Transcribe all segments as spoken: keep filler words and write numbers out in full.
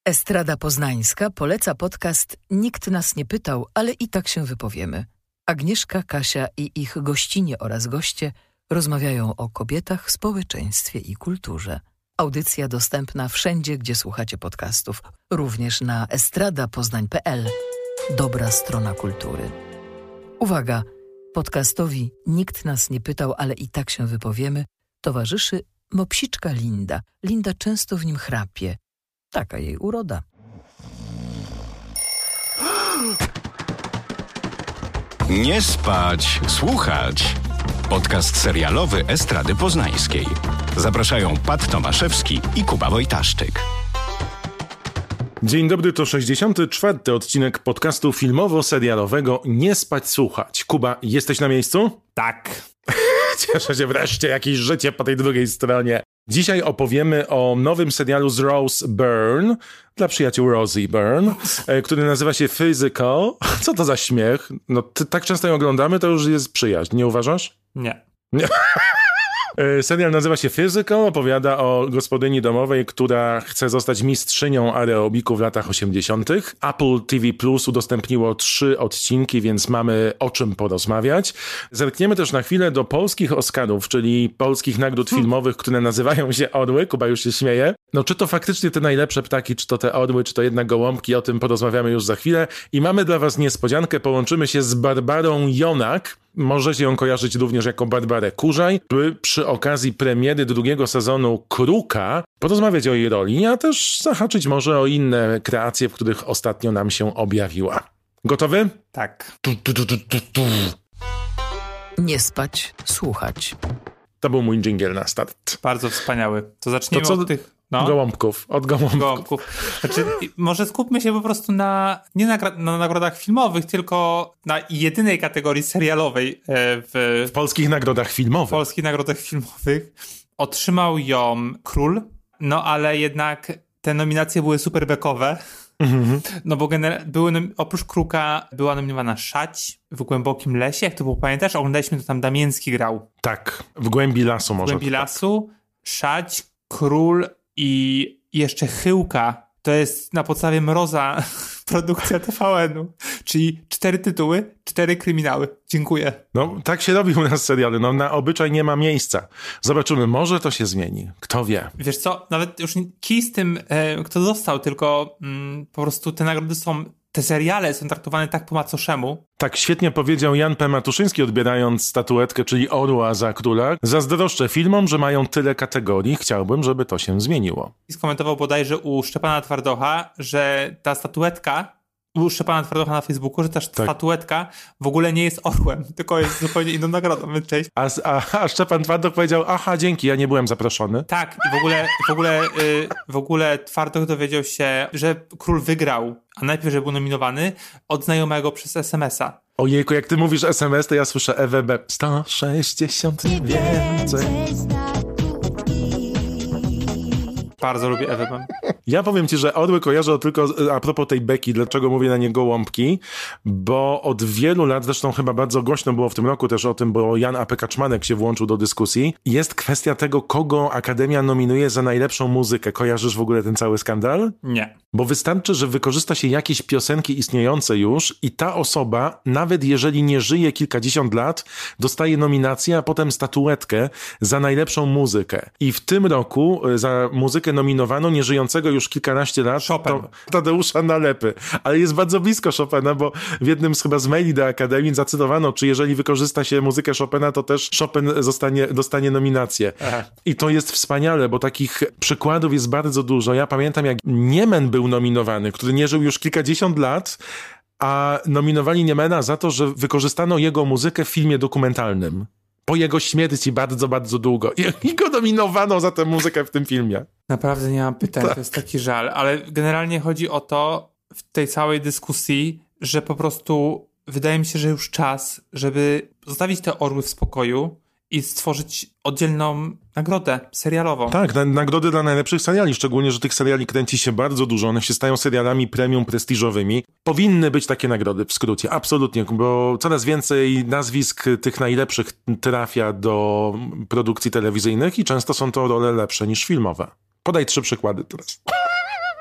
Estrada Poznańska poleca podcast Nikt nas nie pytał, ale i tak się wypowiemy. Agnieszka, Kasia i ich gościnie oraz goście rozmawiają o kobietach, społeczeństwie i kulturze. Audycja dostępna wszędzie, gdzie słuchacie podcastów, również na estrada poznań kropka p l. Dobra strona kultury. Uwaga! Podcastowi Nikt nas nie pytał, ale i tak się wypowiemy towarzyszy mopsiczka Linda. Linda często w nim chrapie. Taka jej uroda. Nie spać, słuchać. Podcast serialowy Estrady Poznańskiej. Zapraszają Pat Tomaszewski i Kuba Wojtaszczyk. Dzień dobry, to sześćdziesiąty czwarty odcinek podcastu filmowo-serialowego Nie spać, słuchać. Kuba, jesteś na miejscu? Tak. Cieszę się, wreszcie jakieś życie po tej drugiej stronie. Dzisiaj opowiemy o nowym serialu z Rose Byrne, dla przyjaciół Rosie Byrne, który nazywa się Physical. Co to za śmiech? No, ty, tak często ją oglądamy, to już jest przyjaźń, nie uważasz? Nie. Nie. Serial nazywa się Physical, opowiada o gospodyni domowej, która chce zostać mistrzynią aerobiku w latach osiemdziesiątych. Apple T V Plus udostępniło trzy odcinki, więc mamy o czym porozmawiać. Zerkniemy też na chwilę do polskich Oscarów, czyli polskich nagród hmm. filmowych, które nazywają się Orły. Kuba już się śmieje. No czy to faktycznie te najlepsze ptaki, czy to te orły, czy to jednak gołąbki, o tym porozmawiamy już za chwilę. I mamy dla was niespodziankę, połączymy się z Barbarą Jonak. Możecie ją kojarzyć również jako Barbarę Kurzaj, by przy okazji premiery drugiego sezonu Kruka porozmawiać o jej roli, a też zahaczyć może o inne kreacje, w których ostatnio nam się objawiła. Gotowy? Tak. Tu, tu, tu, tu, tu, tu. Nie spać, słuchać. To był mój dżingiel na start. Bardzo wspaniały. To zaczniemy to co? od tych... No. Gołąbków, od gołąbków. gołąbków. Znaczy, może skupmy się po prostu na nie na, na nagrodach filmowych, tylko na jedynej kategorii serialowej w, w polskich nagrodach filmowych. W polskich nagrodach filmowych. Otrzymał ją Król, no ale jednak te nominacje były super bekowe. Mm-hmm. No bo gener- były nom- oprócz Kruka była nominowana Szać w Głębokim Lesie, jak to było, pamiętasz? Oglądaliśmy, to tam Damiński grał. Tak, w Głębi Lasu może. W Głębi Lasu, Szać, Król i jeszcze Chyłka. To jest na podstawie Mroza produkcja T V N-u. Czyli cztery tytuły, cztery kryminały. Dziękuję. No, tak się robi u nas serialy. No, na obyczaj nie ma miejsca. Zobaczymy, może to się zmieni. Kto wie. Wiesz co, nawet już kij z tym, e, kto dostał, tylko mm, po prostu te nagrody są, te seriale są traktowane tak po macoszemu. Tak świetnie powiedział Jan P. Matuszyński, odbierając statuetkę, czyli Orła za Króla. Zazdroszczę filmom, że mają tyle kategorii. Chciałbym, żeby to się zmieniło. I skomentował bodajże u Szczepana Twardocha, że ta statuetka, u Szczepana Twardocha na Facebooku, że ta tak. statuetka w ogóle nie jest orłem, tylko jest zupełnie inną nagrodą. Cześć. A, a, a Szczepan Twardoch powiedział, aha, dzięki, ja nie byłem zaproszony. Tak, i w ogóle, w ogóle, yy, w ogóle Twardoch dowiedział się, że Król wygrał, a najpierw, że był nominowany, od znajomego przez es em es a. Ojejku, jak ty mówisz es em es, to ja słyszę E W B. sto sześćdziesiąt nie więcej. Bardzo lubię E W B. Ja powiem ci, że Orły kojarzę tylko a propos tej beki, dlaczego mówię na nie gołąbki, bo od wielu lat, zresztą chyba bardzo głośno było w tym roku też o tym, bo Jan A P. Kaczmanek się włączył do dyskusji, jest kwestia tego, kogo Akademia nominuje za najlepszą muzykę. Kojarzysz w ogóle ten cały skandal? Nie. Bo wystarczy, że wykorzysta się jakieś piosenki istniejące już i ta osoba, nawet jeżeli nie żyje kilkadziesiąt lat, dostaje nominację, a potem statuetkę za najlepszą muzykę. I w tym roku za muzykę nominowano nieżyjącego już kilkanaście lat Chopin. Tadeusza Nalepy. Ale jest bardzo blisko Chopina, bo w jednym z chyba z maili do Akademii zacytowano, czy jeżeli wykorzysta się muzykę Chopina, to też Chopin zostanie, dostanie nominację. Aha. I to jest wspaniale, bo takich przykładów jest bardzo dużo. Ja pamiętam, jak Niemen był nominowany, który nie żył już kilkadziesiąt lat, a nominowali Niemena za to, że wykorzystano jego muzykę w filmie dokumentalnym. Po jego śmierci bardzo, bardzo długo. I go nominowano za tę muzykę w tym filmie. Naprawdę nie mam pytań, tak. To jest taki żal. Ale generalnie chodzi o to w tej całej dyskusji, że po prostu wydaje mi się, że już czas, żeby zostawić te orły w spokoju i stworzyć oddzielną nagrodę serialową. Tak, na, nagrody dla najlepszych seriali, szczególnie, że tych seriali kręci się bardzo dużo, one się stają serialami premium prestiżowymi. Powinny być takie nagrody, w skrócie, absolutnie, bo coraz więcej nazwisk tych najlepszych trafia do produkcji telewizyjnych i często są to role lepsze niż filmowe. Podaj trzy przykłady teraz.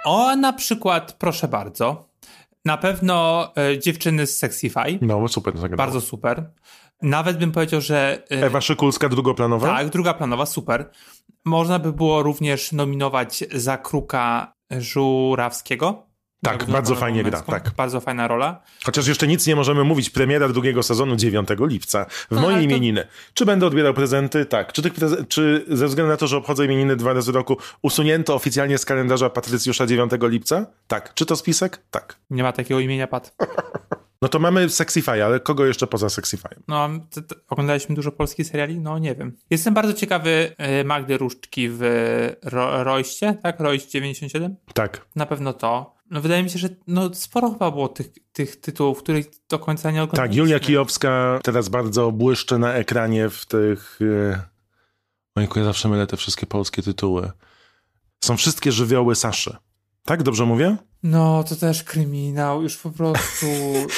O, na przykład, proszę bardzo, na pewno e, dziewczyny z Sexify. No, super. Zagadał. Bardzo super. Nawet bym powiedział, że... E, Ewa Szykulska drugoplanowa? Tak, drugoplanowa, super. Można by było również nominować za Kruka Żurawskiego. Tak, bardzo fajnie gra, tak. Bardzo fajna rola. Chociaż jeszcze nic nie możemy mówić. Premiera drugiego sezonu dziewiątego lipca. W No, moje to... imieniny. Czy będę odbierał prezenty? Tak. Czy, tych preze... Czy ze względu na to, że obchodzę imieniny dwa razy w roku, usunięto oficjalnie z kalendarza Patrycjusza dziewiątego lipca? Tak. Czy to spisek? Tak. Nie ma takiego imienia, Pat. No to mamy Sexify, ale kogo jeszcze poza Sexify? No, to, to, oglądaliśmy dużo polskich seriali? No, nie wiem. Jestem bardzo ciekawy y, Magdy Różczki w Ro, Rojście, tak? Rojść dziewięćdziesiąt siedem? Tak. Na pewno to. No, wydaje mi się, że no, sporo chyba było tych, tych tytułów, których do końca nie oglądaliśmy. Tak, Julia Kijowska teraz bardzo błyszczy na ekranie w tych... Yy... Ojku, ja zawsze mylę te wszystkie polskie tytuły. Są wszystkie żywioły Saszy. Tak? Dobrze mówię? No, to też kryminał, już po prostu...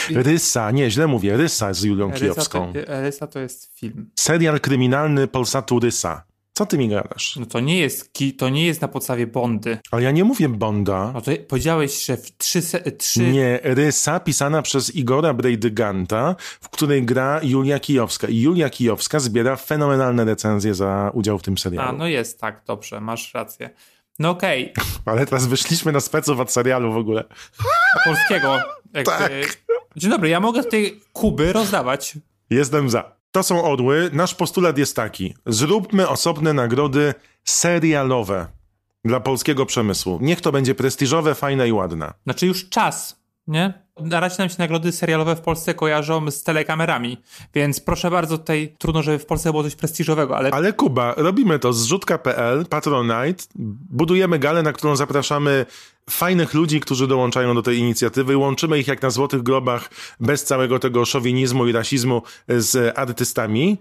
Rysa, nie, źle mówię, Rysa z Julią Rysa Kijowską. To, Rysa to jest film. Serial kryminalny Polsatu Rysa. Co ty mi gadasz? No to nie jest, ki, to nie jest na podstawie Bondy. Ale ja nie mówię Bonda. No to powiedziałeś, że w trzy... trzy... Nie, Rysa pisana przez Igora Brejdyganta, w której gra Julia Kijowska. I Julia Kijowska zbiera fenomenalne recenzje za udział w tym serialu. A, no jest, tak, dobrze, masz rację. No okej. Okay. Ale teraz wyszliśmy na speców od serialu w ogóle. Polskiego. Jakby... Tak. Dzień dobry, ja mogę tej Kuby rozdawać. Jestem za. To są orły. Nasz postulat jest taki. Zróbmy osobne nagrody serialowe dla polskiego przemysłu. Niech to będzie prestiżowe, fajne i ładne. Znaczy już czas, nie? Na razie nam się nagrody serialowe w Polsce kojarzą z telekamerami, więc proszę bardzo, tutaj trudno, żeby w Polsce było coś prestiżowego, ale... Ale Kuba, robimy to zrzutka kropka pe el, Patronite, budujemy galę, na którą zapraszamy fajnych ludzi, którzy dołączają do tej inicjatywy, łączymy ich jak na Złotych Globach, bez całego tego szowinizmu i rasizmu z artystami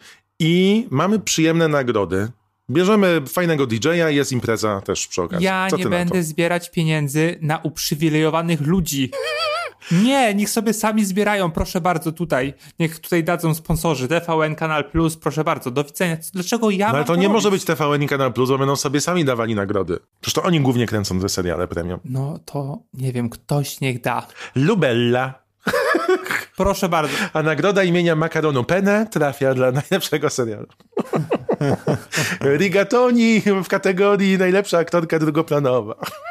i mamy przyjemne nagrody. Bierzemy fajnego didżeja, jest impreza też przy okazji. Ja Co nie ty na będę to? zbierać pieniędzy na uprzywilejowanych ludzi. Nie, niech sobie sami zbierają, proszę bardzo, tutaj. Niech tutaj dadzą sponsorzy, T V N, Kanal Plus, proszę bardzo, do widzenia. Dlaczego ja No mam ale to to nie robić? może być T V N i Kanal Plus, bo będą sobie sami dawali nagrody. Przecież to oni głównie kręcą te seriale premium. No to, nie wiem, ktoś niech da. Lubella. Proszę bardzo. A nagroda imienia Makaronu Penne trafia dla najlepszego serialu. Rigatoni w kategorii najlepsza aktorka drugoplanowa.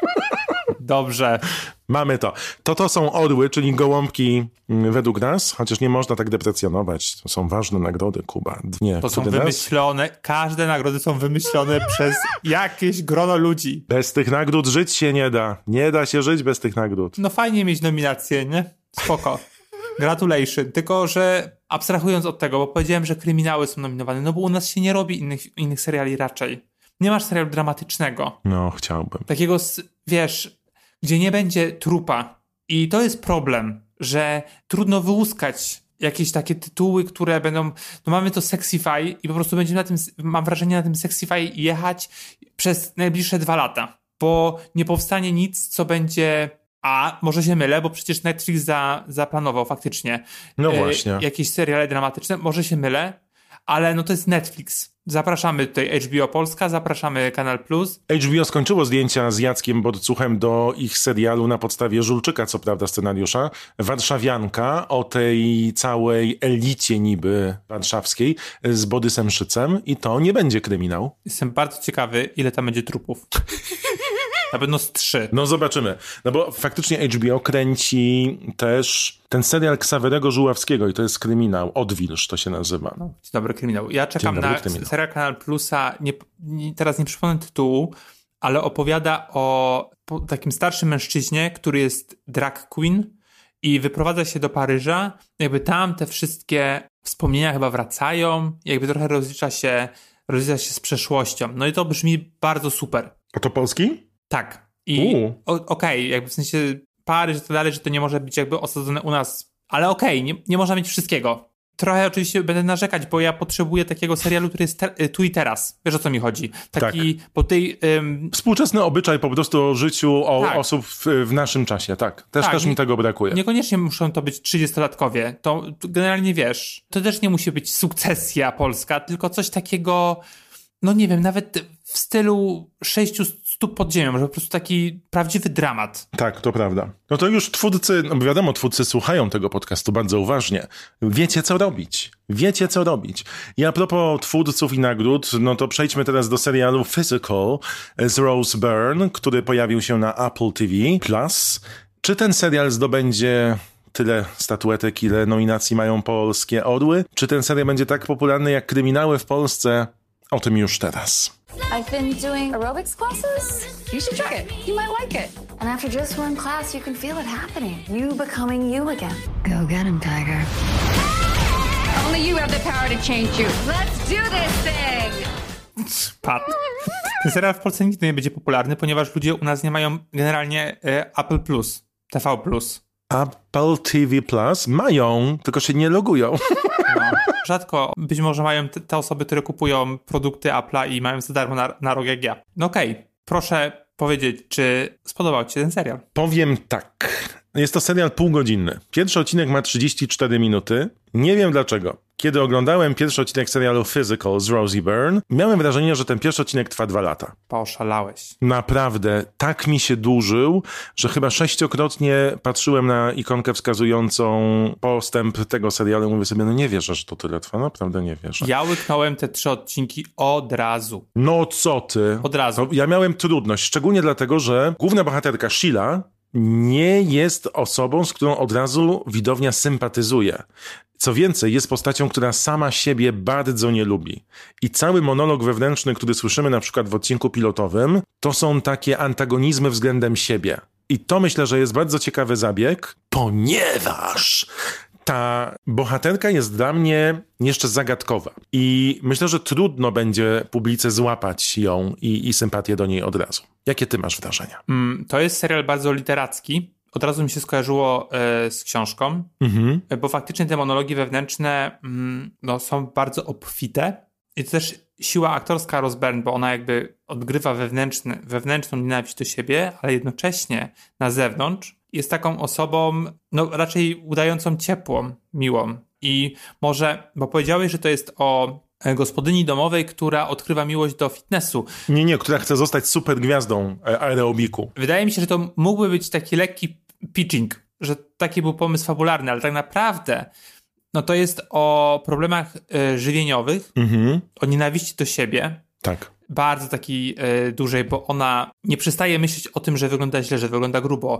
Dobrze. Mamy to. To to są orły, czyli gołąbki według nas, chociaż nie można tak deprecjonować. To są ważne nagrody, Kuba. Nie, To są nas... wymyślone, każde nagrody są wymyślone przez jakieś grono ludzi. Bez tych nagród żyć się nie da. Nie da się żyć bez tych nagród. No fajnie mieć nominację, nie? Spoko. Gratulation. Tylko, że abstrahując od tego, bo powiedziałem, że kryminały są nominowane, no bo u nas się nie robi innych, innych seriali raczej. Nie masz serialu dramatycznego. No, chciałbym. Takiego, wiesz, gdzie nie będzie trupa. I to jest problem, że trudno wyłuskać jakieś takie tytuły, które będą... No mamy to Sexify i po prostu będziemy na tym, mam wrażenie, na tym Sexify jechać przez najbliższe dwa lata. Bo nie powstanie nic, co będzie... A, może się mylę, bo przecież Netflix za, zaplanował faktycznie No właśnie. e, jakieś seriale dramatyczne. Może się mylę, ale no to jest Netflix. Zapraszamy tutaj H B O Polska, zapraszamy Kanal Plus. H B O skończyło zdjęcia z Jackiem Borcuchem do ich serialu na podstawie Żulczyka, co prawda, scenariusza. Warszawianka o tej całej elicie niby warszawskiej z Bodysem Szycem i to nie będzie kryminał. Jestem bardzo ciekawy, ile tam będzie trupów. Na pewno z trzy. No zobaczymy. No bo faktycznie H B O kręci też ten serial Ksawerego Żuławskiego i to jest kryminał. Odwilż to się nazywa. No, dzień dobry, kryminał. Ja czekam dobry, na kryminał. serial Kanal Plusa. Nie, nie, teraz nie przypomnę tytułu, ale opowiada o takim starszym mężczyźnie, który jest drag queen i wyprowadza się do Paryża. Jakby tam te wszystkie wspomnienia chyba wracają. Jakby trochę rozlicza się, rozlicza się z przeszłością. No i to brzmi bardzo super. A to polski? Tak. I U. okej, okay, jakby w sensie Paryż i tak dalej, że to nie może być jakby osadzone u nas, ale okej, okay, nie, nie można mieć wszystkiego. Trochę oczywiście będę narzekać, bo ja potrzebuję takiego serialu, który jest te, tu i teraz. Wiesz, o co mi chodzi? Taki tak. po tej... Um... Współczesny obyczaj po prostu o życiu o tak. osób w, w naszym czasie, tak. Też, tak, też nie, mi tego brakuje. Niekoniecznie muszą to być trzydziestolatkowie. To, to generalnie wiesz, to też nie musi być sukcesja polska, tylko coś takiego, no nie wiem, nawet w stylu sześciu stóp pod ziemią, że po prostu taki prawdziwy dramat. Tak, to prawda. No to już twórcy, no wiadomo, twórcy słuchają tego podcastu bardzo uważnie. Wiecie, co robić. Wiecie, co robić. I a propos twórców i nagród, no to przejdźmy teraz do serialu Physical z Rose Byrne, który pojawił się na Apple T V Plus. Czy ten serial zdobędzie tyle statuetek, ile nominacji mają polskie orły? Czy ten serial będzie tak popularny jak kryminały w Polsce? O tym już teraz. I've been doing aerobics classes. You should try it. You might like it. And after just one class, you can feel it happening. You becoming you again. Go get him, Tiger. Only you have the power to change you. Let's do this thing! Pat. Ten serial w Polsce nigdy nie będzie popularny, ponieważ ludzie u nas nie mają generalnie e, Apple Plus, T V Plus. Apple T V Plus mają, tylko się nie logują. No, rzadko być może mają te, te osoby, które kupują produkty Apple'a i mają za darmo na, na rok jak ja. No okej, okay. Proszę powiedzieć, czy spodobał ci się ten serial? Powiem tak. Jest to serial półgodzinny. Pierwszy odcinek ma trzydzieści cztery minuty. Nie wiem dlaczego. Kiedy oglądałem pierwszy odcinek serialu Physical z Rosie Byrne, miałem wrażenie, że ten pierwszy odcinek trwa dwa lata. Poszalałeś. Naprawdę, tak mi się dłużył, że chyba sześciokrotnie patrzyłem na ikonkę wskazującą postęp tego serialu i mówię sobie, no nie wierzę, że to tyle trwa, naprawdę nie wierzę. Ja łyknąłem te trzy odcinki od razu. No co ty? Od razu. To ja miałem trudność, szczególnie dlatego, że główna bohaterka Sheila nie jest osobą, z którą od razu widownia sympatyzuje. Co więcej, jest postacią, która sama siebie bardzo nie lubi. I cały monolog wewnętrzny, który słyszymy na przykład w odcinku pilotowym, to są takie antagonizmy względem siebie. I to myślę, że jest bardzo ciekawy zabieg, ponieważ ta bohaterka jest dla mnie jeszcze zagadkowa. I myślę, że trudno będzie publice złapać ją i, i sympatię do niej od razu. Jakie ty masz wrażenia? Mm, to jest serial bardzo literacki. Od razu mi się skojarzyło e, z książką, Mhm. bo faktycznie te monologi wewnętrzne mm, no, są bardzo obfite. I to też siła aktorska Rose Byrne, bo ona jakby odgrywa wewnętrzny, wewnętrzną nienawiść do siebie, ale jednocześnie na zewnątrz jest taką osobą, no raczej udającą ciepłą, miłą. I może, bo powiedziałeś, że to jest o gospodyni domowej, która odkrywa miłość do fitnessu. Nie, nie, która chce zostać super gwiazdą aerobiku. Wydaje mi się, że to mógłby być taki lekki pitching, że taki był pomysł fabularny, ale tak naprawdę no to jest o problemach y, żywieniowych, Mhm. o nienawiści do siebie. Tak. Bardzo takiej y, dużej, bo ona nie przestaje myśleć o tym, że wygląda źle, że wygląda grubo,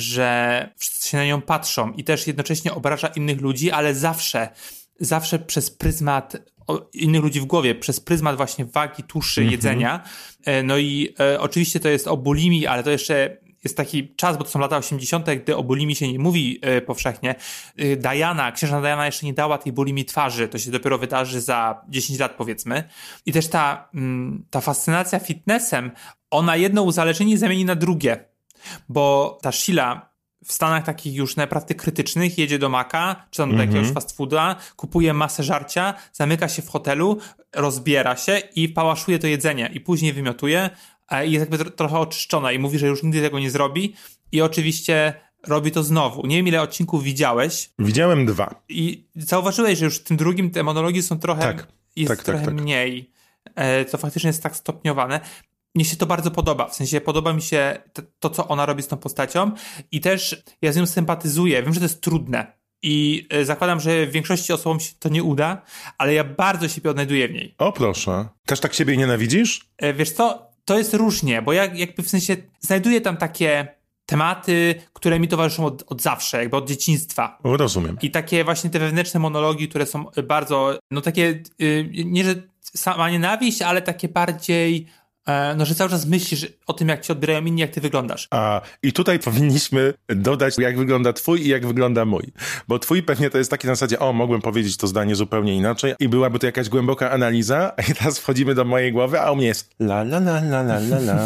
że wszyscy się na nią patrzą i też jednocześnie obraża innych ludzi, ale zawsze, zawsze przez pryzmat o, innych ludzi w głowie, przez pryzmat właśnie wagi, tuszy, Mhm. jedzenia. Y, no i y, oczywiście to jest o bulimii, ale to jeszcze jest taki czas, bo to są lata osiemdziesiąte, gdy o bulimii się nie mówi y, powszechnie. Y, Diana, księżna Diana jeszcze nie dała tej bulimii twarzy, to się dopiero wydarzy za dziesięć lat powiedzmy. I też ta, mm, ta fascynacja fitnessem, ona jedno uzależnienie zamieni na drugie, bo ta Sheila w stanach takich już naprawdę krytycznych jedzie do Maka, czy tam do Mhm. jakiegoś fast fooda, kupuje masę żarcia, zamyka się w hotelu, rozbiera się i pałaszuje to jedzenie i później wymiotuje i jest jakby tro- trochę oczyszczona i mówi, że już nigdy tego nie zrobi i oczywiście robi to znowu. Nie wiem, ile odcinków widziałeś Widziałem dwa. i zauważyłeś, że już w tym drugim te monologi są trochę, Tak, jest tak, tak, trochę tak. mniej, e, co faktycznie jest tak stopniowane. Mnie się to bardzo podoba, w sensie podoba mi się to, to, co ona robi z tą postacią i też ja z nią sympatyzuję. Wiem, że to jest trudne i e, zakładam, że większości osobom się to nie uda, ale ja bardzo siebie odnajduję w niej. O proszę. Też tak siebie nienawidzisz? E, wiesz co, to jest różnie, bo ja jakby w sensie znajduję tam takie tematy, które mi towarzyszą od, od zawsze, jakby od dzieciństwa. O, rozumiem. I takie właśnie te wewnętrzne monologi, które są bardzo, no takie, yy, nie że sama nienawiść, ale takie bardziej, e, no że cały czas myślisz o tym, jak cię odbierają inni, jak ty wyglądasz. A i tutaj powinniśmy dodać, jak wygląda twój i jak wygląda mój. Bo twój pewnie to jest taki na zasadzie, o, mogłem powiedzieć to zdanie zupełnie inaczej i byłaby to jakaś głęboka analiza, a teraz wchodzimy do mojej głowy, a u mnie jest la la la la la la la.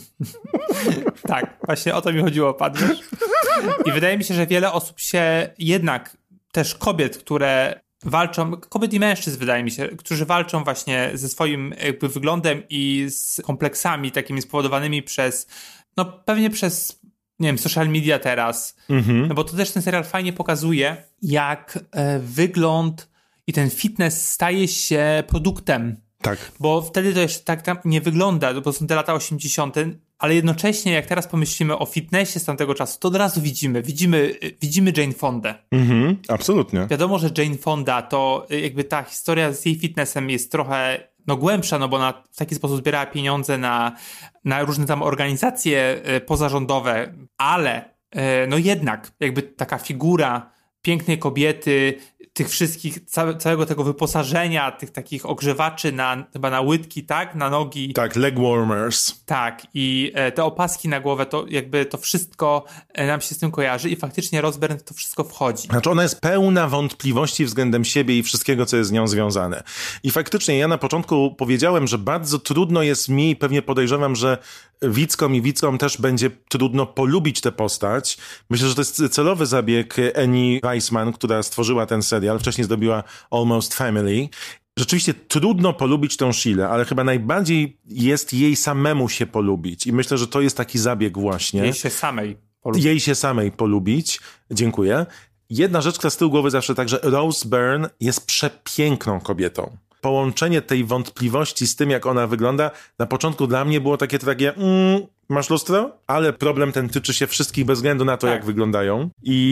Tak, właśnie o to mi chodziło, patrzysz. I wydaje mi się, że wiele osób się jednak, też kobiet, które walczą, kobiet i mężczyzn wydaje mi się, którzy walczą właśnie ze swoim jakby wyglądem i z kompleksami takimi spowodowanymi przez, no pewnie przez, nie wiem, social media teraz, Mhm. no bo to też ten serial fajnie pokazuje, jak e, wygląd i ten fitness staje się produktem. Tak. Bo wtedy to jeszcze tak tam nie wygląda, bo są te lata osiemdziesiąte, ale jednocześnie jak teraz pomyślimy o fitnessie z tamtego czasu, to od razu widzimy, widzimy, widzimy Jane Fondę. Mhm, absolutnie. Wiadomo, że Jane Fonda to jakby ta historia z jej fitnessem jest trochę no głębsza, no bo ona w taki sposób zbierała pieniądze na, na różne tam organizacje pozarządowe, ale no jednak jakby taka figura pięknej kobiety, tych wszystkich, całe, całego tego wyposażenia, tych takich ogrzewaczy na, chyba na łydki, tak? Na nogi. Tak, leg warmers. Tak, i e, te opaski na głowę, to jakby to wszystko e, nam się z tym kojarzy i faktycznie Rose Byrne w to wszystko wchodzi. Znaczy ona jest pełna wątpliwości względem siebie i wszystkiego, co jest z nią związane. I faktycznie ja na początku powiedziałem, że bardzo trudno jest mi, pewnie podejrzewam, że widzkom i widzkom też będzie trudno polubić tę postać. Myślę, że to jest celowy zabieg Annie Weissman, która stworzyła ten serial, wcześniej zdobiła Almost Family. Rzeczywiście trudno polubić tą Sheilę, ale chyba najbardziej jest jej samemu się polubić. I myślę, że to jest taki zabieg właśnie. Jej się samej polubić. Jej się samej polubić. Dziękuję. Jedna rzecz, która z tyłu głowy zawsze tak, że Rose Byrne jest przepiękną kobietą. Połączenie tej wątpliwości z tym, jak ona wygląda, na początku dla mnie było takie, takie mm, masz lustro? Ale problem ten tyczy się wszystkich bez względu na to, tak. jak wyglądają.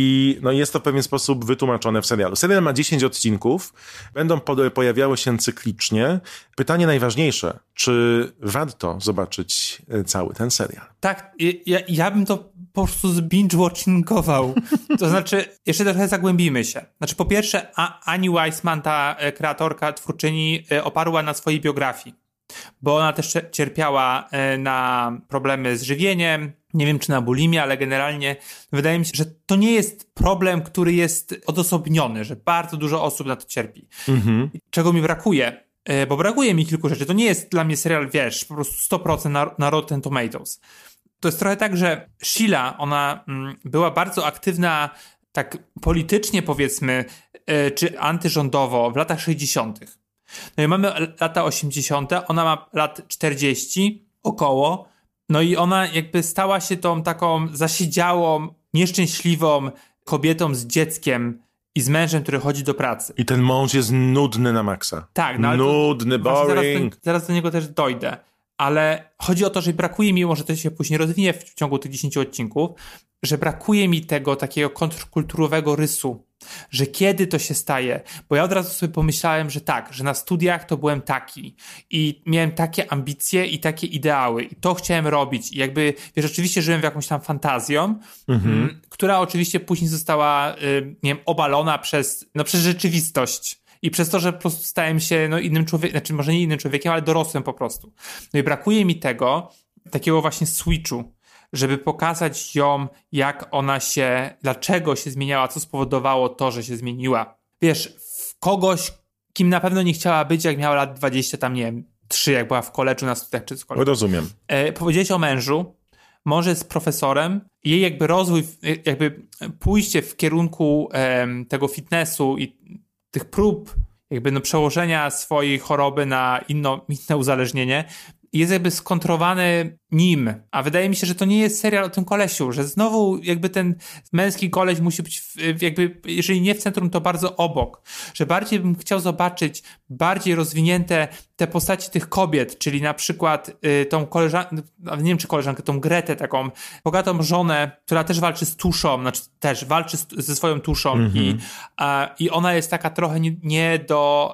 I no, jest to w pewien sposób wytłumaczone w serialu. Serial ma dziesięć odcinków, będą po- pojawiały się cyklicznie. Pytanie najważniejsze, czy warto zobaczyć cały ten serial? Tak, ja, ja bym to po prostu binge-watchingował. To znaczy, jeszcze trochę zagłębimy się. Znaczy, po pierwsze, A- Annie Weissman, ta kreatorka, twórczyni, oparła na swojej biografii. Bo ona też cierpiała na problemy z żywieniem, nie wiem czy na bulimię, ale generalnie wydaje mi się, że to nie jest problem, który jest odosobniony, że bardzo dużo osób na to cierpi. Mhm. Czego mi brakuje, bo brakuje mi kilku rzeczy. To nie jest dla mnie serial, wiesz, po prostu sto procent na, na Rotten Tomatoes. To jest trochę tak, że Sheila, ona mm, była bardzo aktywna tak politycznie powiedzmy, yy, czy antyrządowo w latach sześćdziesiątych. No i mamy lata osiemdziesiąte, ona ma lat czterdzieści około, no i ona jakby stała się tą taką zasiedziałą, nieszczęśliwą kobietą z dzieckiem i z mężem, który chodzi do pracy. I ten mąż jest nudny na maksa. Tak, no ale nudny, to, boring. Zaraz do, zaraz do niego też dojdę. Ale chodzi o to, że brakuje mi, może to się później rozwinie w ciągu tych dziesięciu odcinków, że brakuje mi tego takiego kontrkulturowego rysu, że kiedy to się staje, bo ja od razu sobie pomyślałem, że tak, że na studiach to byłem taki i miałem takie ambicje i takie ideały i to chciałem robić i jakby, wiesz, oczywiście żyłem w jakąś tam fantazją, mhm. m, która oczywiście później została, y, nie wiem, obalona przez, no przez rzeczywistość. I przez to, że po prostu stałem się no, innym człowiekiem, znaczy może nie innym człowiekiem, ale dorosłym po prostu. No i brakuje mi tego, takiego właśnie switchu, żeby pokazać ją, jak ona się, dlaczego się zmieniała, co spowodowało to, że się zmieniła. Wiesz, w kogoś, kim na pewno nie chciała być, jak miała lat dwadzieścia, tam nie wiem, trzy, jak była w college'u na studiach, czy z college'u. Rozumiem. E, powiedziałeś o mężu, może jest profesorem, jej jakby rozwój, jakby pójście w kierunku e, tego fitnessu i tych prób jakby no przełożenia swojej choroby na inno, inne uzależnienie jest jakby skontrowany nim, a wydaje mi się, że to nie jest serial o tym kolesiu, że znowu jakby ten męski koleś musi być w, jakby, jeżeli nie w centrum, to bardzo obok, że bardziej bym chciał zobaczyć bardziej rozwinięte te postaci tych kobiet, czyli na przykład y, tą koleżankę, nie wiem czy koleżankę, tą Gretę, taką bogatą żonę, która też walczy z tuszą, znaczy też walczy z, ze swoją tuszą mm-hmm. i, a, i ona jest taka trochę nie, nie do,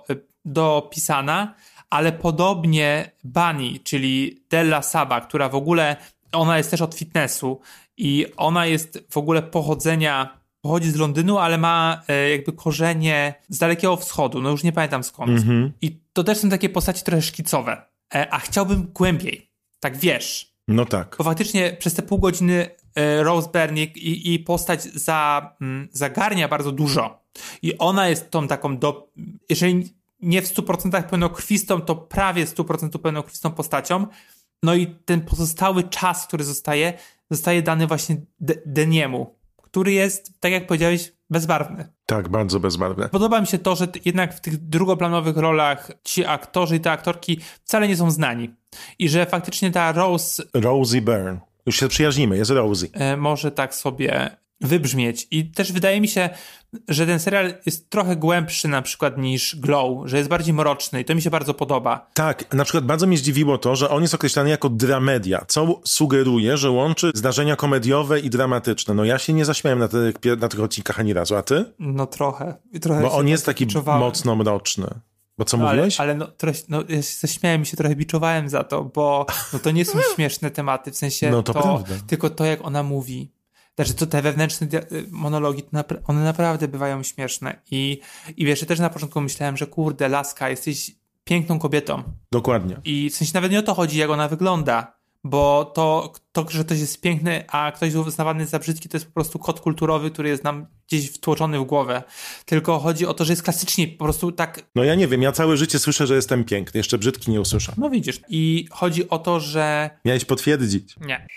dopisana, ale podobnie Bunny, czyli Della Saba, która w ogóle, ona jest też od fitnessu i ona jest w ogóle pochodzenia, pochodzi z Londynu, ale ma e, jakby korzenie z Dalekiego Wschodu, no już nie pamiętam skąd. Mm-hmm. I to też są takie postaci trochę szkicowe, e, a chciałbym głębiej, tak wiesz. No tak. Bo faktycznie przez te pół godziny e, Rose Byrne i, i postać za, m, zagarnia bardzo dużo. I ona jest tą taką, do, jeżeli nie w stu procentach pełnokrwistą, to prawie w stu procentach pełnokrwistą postacią. No i ten pozostały czas, który zostaje, zostaje dany właśnie De- Deniemu, który jest, tak jak powiedziałeś, bezbarwny. Tak, bardzo bezbarwny. Podoba mi się to, że t- jednak w tych drugoplanowych rolach ci aktorzy i te aktorki wcale nie są znani. I że faktycznie ta Rose... Rosie Byrne. Już się przyjaźnimy, jest Rosie. E, może tak sobie wybrzmieć. I też wydaje mi się, że ten serial jest trochę głębszy na przykład niż Glow, że jest bardziej mroczny i to mi się bardzo podoba. Tak, na przykład bardzo mnie zdziwiło to, że on jest określany jako dramedia, co sugeruje, że łączy zdarzenia komediowe i dramatyczne. No ja się nie zaśmiałem na tych, na tych odcinkach ani razu, a ty? No trochę. trochę Bo on jest tak taki biczowałem. mocno mroczny. Bo co no, mówiłeś? Ale, ale no, trochę, no, ja się zaśmiałem i się trochę biczowałem za to, bo no, to nie są śmieszne tematy, w sensie no to, to tylko to, jak ona mówi. Znaczy, to te wewnętrzne monologi, to napra- one naprawdę bywają śmieszne. I, i wiesz, ja też na początku myślałem, że kurde, laska, jesteś piękną kobietą. Dokładnie. I w sensie nawet nie o to chodzi, jak ona wygląda, bo to, to że ktoś jest piękny, a ktoś jest uznawany za brzydki, to jest po prostu kod kulturowy, który jest nam gdzieś wtłoczony w głowę. Tylko chodzi o to, że jest klasycznie po prostu tak... No ja nie wiem, ja całe życie słyszę, że jestem piękny, jeszcze brzydki nie usłyszę. No widzisz. I chodzi o to, że... Miałeś potwierdzić. Nie.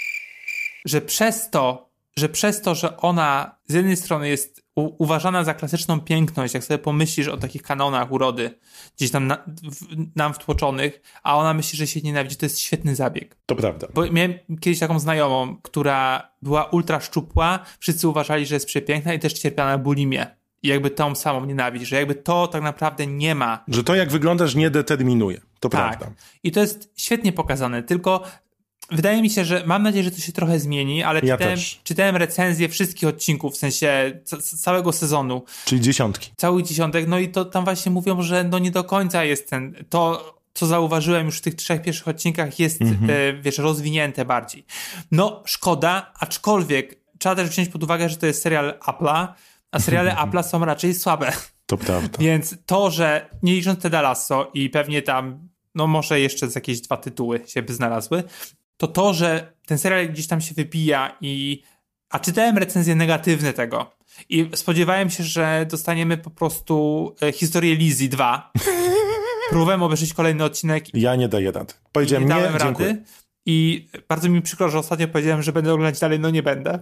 Że przez to, że przez to, że ona z jednej strony jest u- uważana za klasyczną piękność, jak sobie pomyślisz o takich kanonach urody, gdzieś tam na, w, nam wtłoczonych, a ona myśli, że się nienawidzi, to jest świetny zabieg. To prawda. Bo miałem kiedyś taką znajomą, która była ultra szczupła, wszyscy uważali, że jest przepiękna i też cierpiała na bulimię. I jakby tą samą nienawidzi, że jakby to tak naprawdę nie ma. Że to, jak wyglądasz, nie determinuje. To tak. prawda. I to jest świetnie pokazane, tylko wydaje mi się, że mam nadzieję, że to się trochę zmieni, ale ja czytałem, też. czytałem recenzje wszystkich odcinków, w sensie ca- całego sezonu. Czyli dziesiątki. Cały dziesiątek, no i to tam właśnie mówią, że no nie do końca jest ten, to co zauważyłem już w tych trzech pierwszych odcinkach jest, mm-hmm. e, wiesz, rozwinięte bardziej. No szkoda, aczkolwiek trzeba też wziąć pod uwagę, że to jest serial Apple'a, a seriale Apple'a są raczej słabe. To prawda. Więc to, że nie licząc Teda Lasso i pewnie tam, no może jeszcze z jakieś dwa tytuły się by znalazły, to to, że ten serial gdzieś tam się wybija i... A czytałem recenzje negatywne tego i spodziewałem się, że dostaniemy po prostu e, historię Lizzie dwa. Próbowałem obejrzeć kolejny odcinek. Ja nie daję rady. Powiedziałem nie, nie, dałem dziękuję. Rady. I bardzo mi przykro, że ostatnio powiedziałem, że będę oglądać dalej, no nie będę.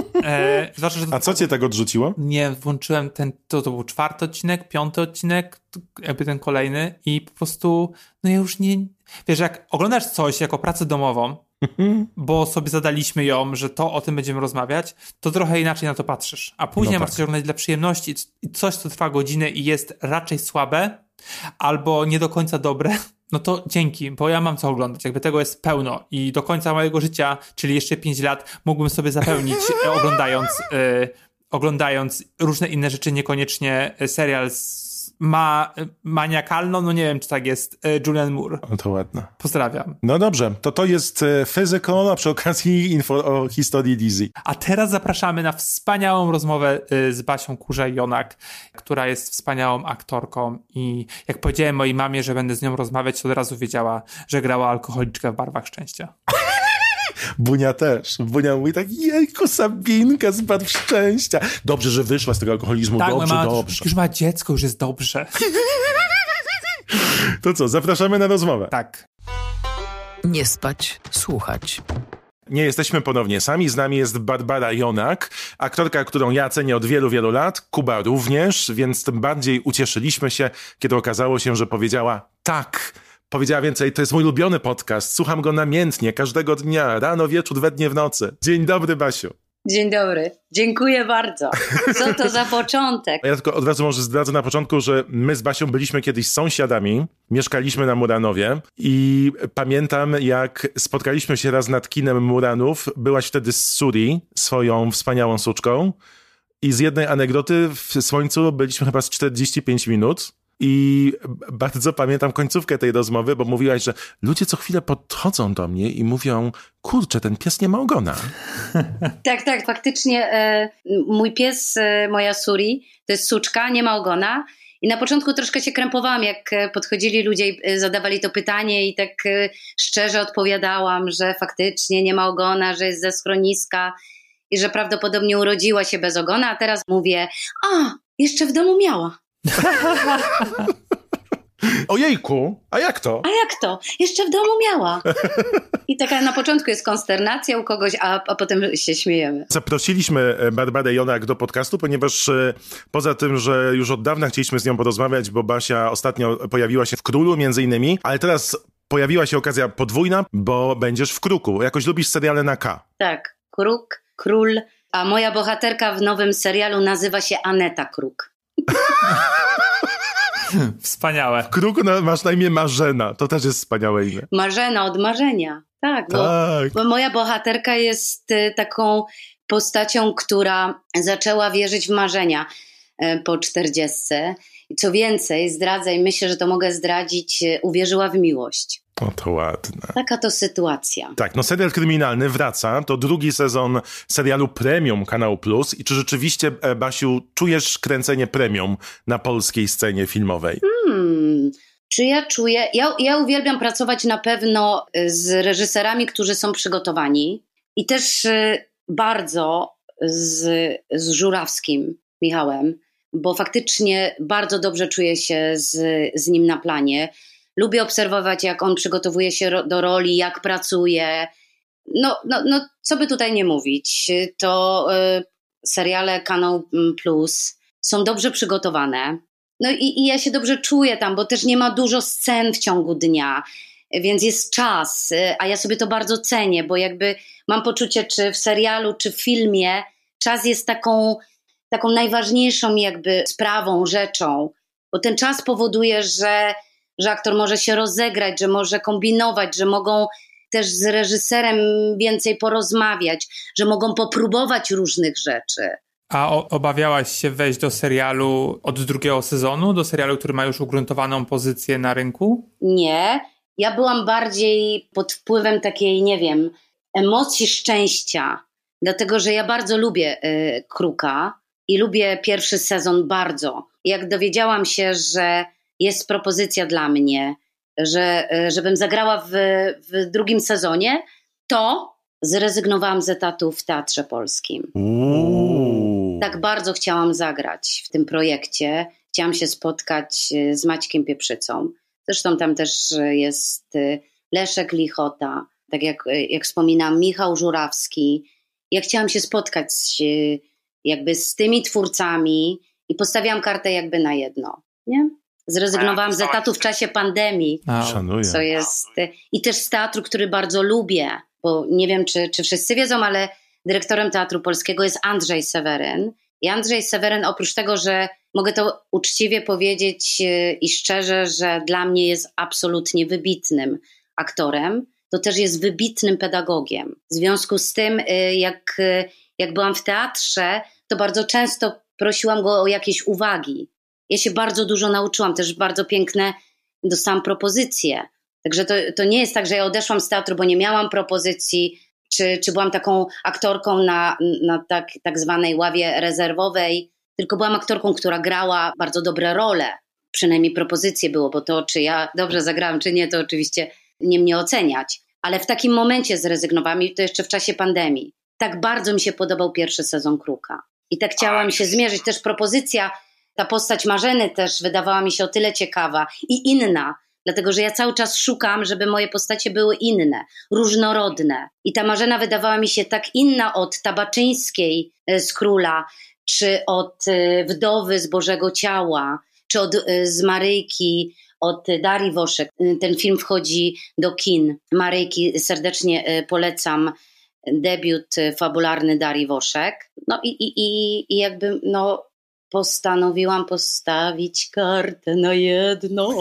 E, zwłaszcza, że to... A co cię tak odrzuciło? Nie, włączyłem ten, to, to był czwarty odcinek, piąty odcinek, jakby ten kolejny i po prostu, no ja już nie... Wiesz, jak oglądasz coś jako pracę domową, bo sobie zadaliśmy ją, że to o tym będziemy rozmawiać, to trochę inaczej na to patrzysz. A później no masz tak. coś oglądać dla przyjemności i coś, co trwa godzinę i jest raczej słabe, albo nie do końca dobre, no to dzięki, bo ja mam co oglądać. Jakby tego jest pełno i do końca mojego życia, czyli jeszcze pięć lat, mógłbym sobie zapełnić oglądając, y, oglądając różne inne rzeczy, niekoniecznie serial z ma maniakalną, no nie wiem, czy tak jest, Julianne Moore. O, to ładne. Pozdrawiam. No dobrze, to to jest Physical, a przy okazji info o historii Lizzie. A teraz zapraszamy na wspaniałą rozmowę z Basią Kurzaj-Jonak, która jest wspaniałą aktorką i jak powiedziałem mojej mamie, że będę z nią rozmawiać, to od razu wiedziała, że grała alkoholiczkę w Barwach Szczęścia. Bunia też. Bunia mówi tak, jejku, Sabinka z Barw Szczęścia. Dobrze, że wyszła z tego alkoholizmu. Tak, dobrze, mama, dobrze. Już ma dziecko, już jest dobrze. To co, zapraszamy na rozmowę. Tak. Nie spać, słuchać. Nie jesteśmy ponownie sami, z nami jest Barbara Jonak, aktorka, którą ja cenię od wielu, wielu lat, Kuba również, więc tym bardziej ucieszyliśmy się, kiedy okazało się, że powiedziała tak. Powiedziała więcej, to jest mój ulubiony podcast, słucham go namiętnie, każdego dnia, rano, wieczór, we dnie, w nocy. Dzień dobry, Basiu. Dzień dobry. Dziękuję bardzo. Co to za początek? Ja tylko od razu może zdradzę na początku, że my z Basią byliśmy kiedyś sąsiadami, mieszkaliśmy na Muranowie i pamiętam, jak spotkaliśmy się raz nad kinem Muranów. Byłaś wtedy z Suri, swoją wspaniałą suczką i z jednej anegdoty w słońcu byliśmy chyba z czterdzieści pięć minut. I bardzo pamiętam końcówkę tej rozmowy, bo mówiłaś, że ludzie co chwilę podchodzą do mnie i mówią, kurczę, ten pies nie ma ogona. Tak, tak, faktycznie e, mój pies, e, moja Suri, to jest suczka, nie ma ogona. I na początku troszkę się krępowałam, jak podchodzili ludzie i zadawali to pytanie i tak e, szczerze odpowiadałam, że faktycznie nie ma ogona, że jest ze schroniska i że prawdopodobnie urodziła się bez ogona, a teraz mówię, a, jeszcze w domu miała. Ojejku, a jak to? A jak to? Jeszcze w domu miała. I taka na początku jest konsternacja u kogoś, a, a potem się śmiejemy. Zaprosiliśmy Barbarę Jonak do podcastu, ponieważ poza tym, że już od dawna chcieliśmy z nią porozmawiać, bo Basia ostatnio pojawiła się w Królu między innymi, ale teraz pojawiła się okazja podwójna, bo będziesz w Kruku. Jakoś lubisz seriale na K. Tak, Kruk, Król. A moja bohaterka w nowym serialu nazywa się Aneta Kruk. Wspaniałe. W Kruku na, masz na imię Marzena, to też jest wspaniałe imię. Marzena od marzenia. Tak, bo, tak. bo moja bohaterka jest y, taką postacią, która zaczęła wierzyć w marzenia y, po czterdziestce. Co więcej, zdradzę i myślę, że to mogę zdradzić, y, uwierzyła w miłość. O, to ładne. Taka to sytuacja. Tak, no serial kryminalny wraca, to drugi sezon serialu Premium Kanał Plus. I czy rzeczywiście, Basiu, czujesz kręcenie premium na polskiej scenie filmowej? Hmm, czy ja czuję... Ja, ja uwielbiam pracować na pewno z reżyserami, którzy są przygotowani i też y, bardzo z, z Żurawskim, Michałem, bo faktycznie bardzo dobrze czuję się z, z nim na planie. Lubię obserwować, jak on przygotowuje się ro, do roli, jak pracuje. No, no, no, co by tutaj nie mówić, to y, seriale Kanał Plus są dobrze przygotowane. No i, i ja się dobrze czuję tam, bo też nie ma dużo scen w ciągu dnia, więc jest czas, a ja sobie to bardzo cenię, bo jakby mam poczucie, czy w serialu, czy w filmie czas jest taką, taką najważniejszą jakby sprawą, rzeczą, bo ten czas powoduje, że że aktor może się rozegrać, że może kombinować, że mogą też z reżyserem więcej porozmawiać, że mogą popróbować różnych rzeczy. A o, obawiałaś się wejść do serialu od drugiego sezonu, do serialu, który ma już ugruntowaną pozycję na rynku? Nie. Ja byłam bardziej pod wpływem takiej, nie wiem, emocji szczęścia, dlatego że ja bardzo lubię y, Kruka i lubię pierwszy sezon bardzo. Jak dowiedziałam się, że jest propozycja dla mnie, że, żebym zagrała w, w drugim sezonie, to zrezygnowałam z etatu w Teatrze Polskim. Uuu. Tak bardzo chciałam zagrać w tym projekcie. Chciałam się spotkać z Maćkiem Pieprzycą. Zresztą tam też jest Leszek Lichota, tak jak, jak wspominam, Michał Żurawski. Ja chciałam się spotkać z, jakby z tymi twórcami i postawiłam kartę jakby na jedno, nie? Zrezygnowałam z etatu w czasie pandemii, Szanuję. co jest i też z teatru, który bardzo lubię, bo nie wiem, czy, czy wszyscy wiedzą, ale dyrektorem Teatru Polskiego jest Andrzej Seweryn. I Andrzej Seweryn, oprócz tego, że mogę to uczciwie powiedzieć i szczerze, że dla mnie jest absolutnie wybitnym aktorem, to też jest wybitnym pedagogiem. W związku z tym, jak, jak byłam w teatrze, to bardzo często prosiłam go o jakieś uwagi. Ja się bardzo dużo nauczyłam, też bardzo piękne dostałam propozycje. Także to, to nie jest tak, że ja odeszłam z teatru, bo nie miałam propozycji, czy, czy byłam taką aktorką na, na tak, tak zwanej ławie rezerwowej, tylko byłam aktorką, która grała bardzo dobre role. Przynajmniej propozycje było, bo to, czy ja dobrze zagrałam, czy nie, to oczywiście nie mnie oceniać. Ale w takim momencie zrezygnowałam i to jeszcze w czasie pandemii. Tak bardzo mi się podobał pierwszy sezon Kruka. I tak chciałam się zmierzyć. Też propozycja, ta postać Marzeny też wydawała mi się o tyle ciekawa i inna, dlatego że ja cały czas szukam, żeby moje postacie były inne, różnorodne. I ta Marzena wydawała mi się tak inna od Tabaczyńskiej z Króla, czy od Wdowy z Bożego Ciała, czy od, z Maryjki, od Darii Woszek. Ten film wchodzi do kin. Maryjki serdecznie polecam. Debiut fabularny Darii Woszek. No i, i, i, i jakby no postanowiłam postawić kartę na jedno.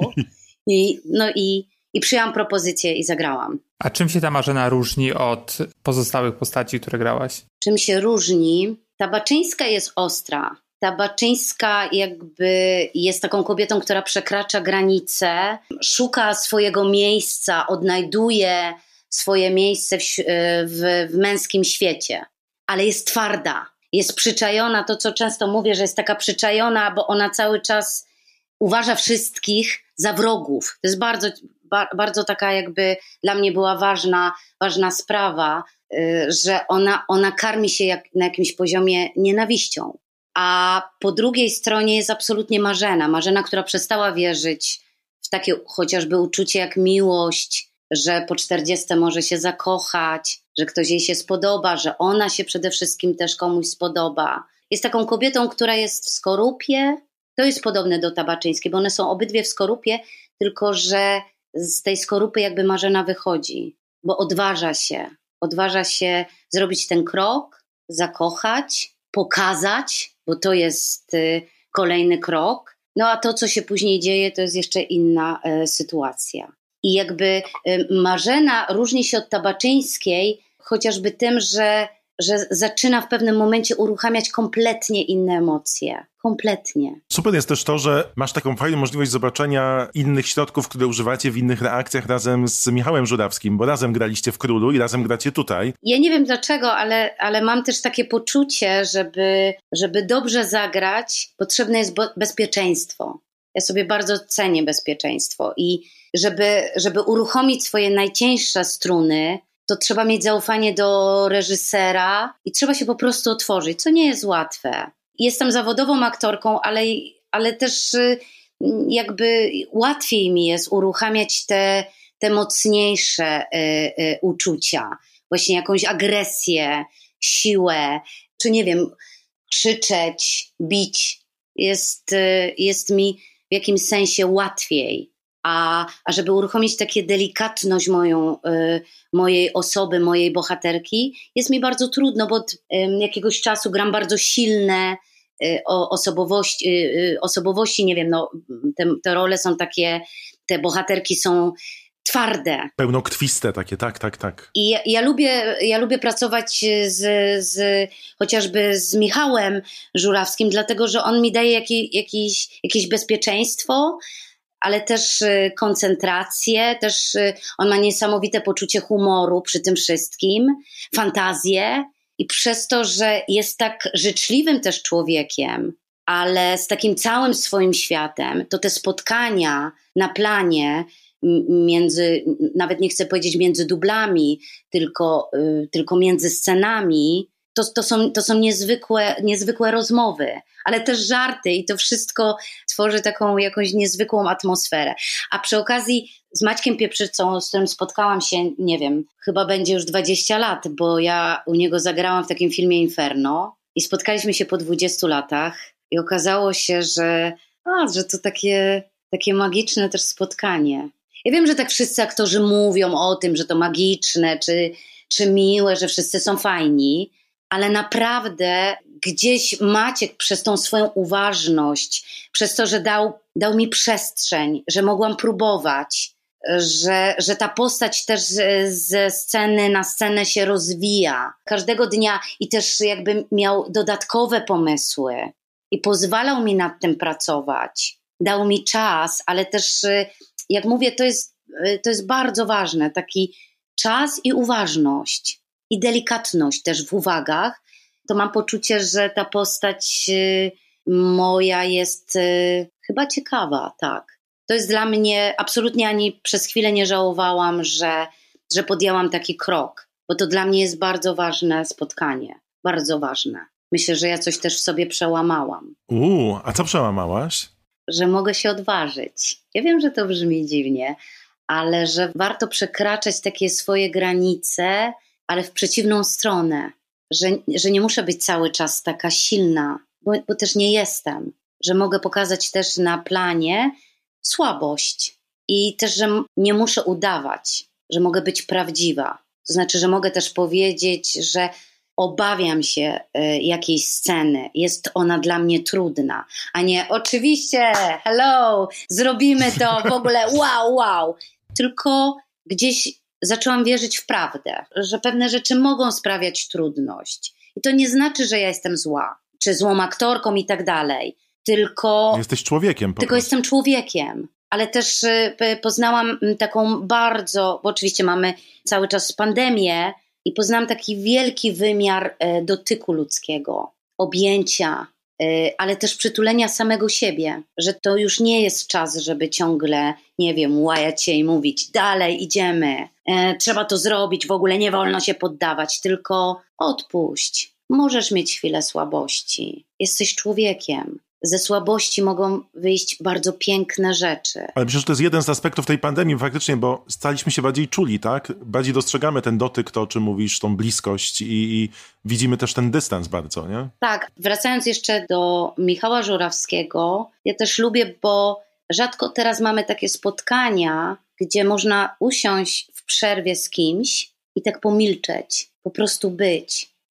I, no i, i przyjęłam propozycję i zagrałam. A czym się ta Marzena różni od pozostałych postaci, które grałaś? Czym się różni? Tabaczyńska jest ostra. Tabaczyńska jakby jest taką kobietą, która przekracza granice, szuka swojego miejsca, odnajduje swoje miejsce w, w, w męskim świecie, ale jest twarda, jest przyczajona, to co często mówię, że jest taka przyczajona, bo ona cały czas uważa wszystkich za wrogów. To jest bardzo, ba, bardzo taka jakby dla mnie była ważna, ważna sprawa, yy, że ona, ona karmi się jak, na jakimś poziomie nienawiścią. A po drugiej stronie jest absolutnie Marzena. Marzena, która przestała wierzyć w takie chociażby uczucie jak miłość, że po czterdziestce może się zakochać, że ktoś jej się spodoba, że ona się przede wszystkim też komuś spodoba. Jest taką kobietą, która jest w skorupie. To jest podobne do Tabaczyńskiej, bo one są obydwie w skorupie, tylko że z tej skorupy jakby Marzena wychodzi, bo odważa się. Odważa się zrobić ten krok zakochać, pokazać, bo to jest y, kolejny krok. No a to, co się później dzieje, to jest jeszcze inna y, sytuacja. I jakby y, Marzena różni się od Tabaczyńskiej chociażby tym, że, że zaczyna w pewnym momencie uruchamiać kompletnie inne emocje. Kompletnie. Super jest też to, że masz taką fajną możliwość zobaczenia innych środków, które używacie w innych reakcjach razem z Michałem Żurawskim, bo razem graliście w Królu i razem gracie tutaj. Ja nie wiem dlaczego, ale, ale mam też takie poczucie, żeby, żeby dobrze zagrać, potrzebne jest bo- bezpieczeństwo. Ja sobie bardzo cenię bezpieczeństwo i żeby, żeby uruchomić swoje najcieńsze struny, to trzeba mieć zaufanie do reżysera i trzeba się po prostu otworzyć, co nie jest łatwe. Jestem zawodową aktorką, ale, ale też jakby łatwiej mi jest uruchamiać te, te mocniejsze y, y, uczucia. Właśnie jakąś agresję, siłę, czy nie wiem, krzyczeć, bić. Jest, y, jest mi w jakimś sensie łatwiej. A, a żeby uruchomić takie delikatność moją, y, mojej osoby, mojej bohaterki, jest mi bardzo trudno, bo od y, jakiegoś czasu gram bardzo silne y, osobowości, y, osobowości, nie wiem, no, te, te role są takie, te bohaterki są twarde. Pełnokrwiste takie, tak, tak, tak. I ja, ja, lubię, ja lubię pracować z, z, chociażby z Michałem Żurawskim, dlatego że on mi daje jakieś, jakieś, jakieś bezpieczeństwo, ale też koncentrację, też on ma niesamowite poczucie humoru przy tym wszystkim, fantazję i przez to, że jest tak życzliwym też człowiekiem, ale z takim całym swoim światem, to te spotkania na planie między, nawet nie chcę powiedzieć między dublami, tylko, tylko między scenami, To, to, są, to są niezwykłe, niezwykłe rozmowy, ale też żarty i to wszystko tworzy taką jakąś niezwykłą atmosferę. A przy okazji z Maćkiem Pieprzycą, z którym spotkałam się, nie wiem, chyba będzie już dwadzieścia lat, bo ja u niego zagrałam w takim filmie Inferno i spotkaliśmy się po dwudziestu latach i okazało się, że, a, że to takie, takie magiczne też spotkanie. Ja wiem, że tak wszyscy aktorzy mówią o tym, że to magiczne, czy, czy miłe, że wszyscy są fajni, ale naprawdę gdzieś Maciek przez tą swoją uważność, przez to, że dał, dał mi przestrzeń, że mogłam próbować, że, że ta postać też ze sceny na scenę się rozwija każdego dnia i też jakby miał dodatkowe pomysły i pozwalał mi nad tym pracować. Dał mi czas, ale też, jak mówię, to jest, to jest bardzo ważne, taki czas i uważność. I delikatność też w uwagach, to mam poczucie, że ta postać y, moja jest y, chyba ciekawa, tak. To jest dla mnie, absolutnie ani przez chwilę nie żałowałam, że, że podjęłam taki krok, bo to dla mnie jest bardzo ważne spotkanie, bardzo ważne. Myślę, że ja coś też w sobie przełamałam. Uuu, a co przełamałaś? Że mogę się odważyć. Ja wiem, że to brzmi dziwnie, ale że warto przekraczać takie swoje granice, ale w przeciwną stronę, że, że nie muszę być cały czas taka silna, bo, bo też nie jestem, że mogę pokazać też na planie słabość i też, że nie muszę udawać, że mogę być prawdziwa. To znaczy, że mogę też powiedzieć, że obawiam się y, jakiejś sceny, jest ona dla mnie trudna, a nie oczywiście, hello, zrobimy to, w ogóle wow, wow, tylko gdzieś zaczęłam wierzyć w prawdę, że pewne rzeczy mogą sprawiać trudność. I to nie znaczy, że ja jestem zła, czy złą aktorką i tak dalej. Tylko... Jesteś człowiekiem po Tylko prostu. jestem człowiekiem. Ale też y, poznałam taką bardzo... Bo oczywiście mamy cały czas pandemię i poznałam taki wielki wymiar y, dotyku ludzkiego, objęcia, y, ale też przytulenia samego siebie. Że to już nie jest czas, żeby ciągle, nie wiem, łajać się i mówić dalej, idziemy. E, trzeba to zrobić, w ogóle nie wolno się poddawać, tylko odpuść. Możesz mieć chwilę słabości. Jesteś człowiekiem. Ze słabości mogą wyjść bardzo piękne rzeczy. Ale myślę, że to jest jeden z aspektów tej pandemii faktycznie, bo staliśmy się bardziej czuli, tak? Bardziej dostrzegamy ten dotyk, to o czym mówisz, tą bliskość i, i widzimy też ten dystans bardzo, nie? Tak, wracając jeszcze do Michała Żurawskiego, ja też lubię, bo rzadko teraz mamy takie spotkania, gdzie można usiąść w przerwie z kimś i tak pomilczeć, po prostu być.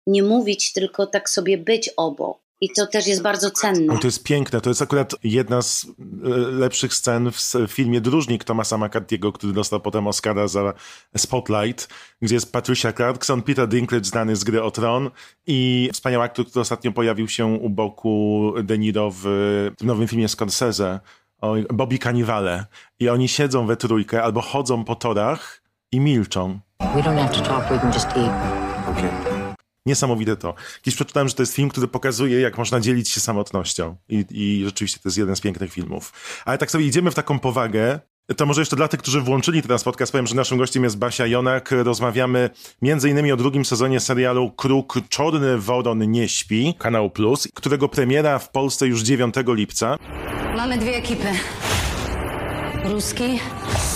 nie mówić, tylko tak sobie być obok. I to też jest bardzo cenne. O, to jest piękne. To jest akurat jedna z lepszych scen w filmie Dróżnik Thomasa McCarthy'ego, który dostał potem Oscara za Spotlight, gdzie jest Patricia Clarkson, Peter Dinklage znany z Gry o Tron i wspaniały aktor, który ostatnio pojawił się u boku De Niro w, w nowym filmie Scorsese, Bobby Cannavale. I oni siedzą we trójkę albo chodzą po torach i milczą. We don't have to talk, we can just eat. Okay. Niesamowite to. Kiedyś przeczytałem, że to jest film, który pokazuje, jak można dzielić się samotnością. I, I rzeczywiście to jest jeden z pięknych filmów. Ale tak sobie idziemy w taką powagę. To może jeszcze dla tych, którzy włączyli teraz podcast, powiem, że naszym gościem jest Basia Jonak. Rozmawiamy między innymi o drugim sezonie serialu Kruk Czorny Woron nie śpi, Kanał Plus, którego premiera w Polsce już dziewiątego lipca. Mamy dwie ekipy. Ruski,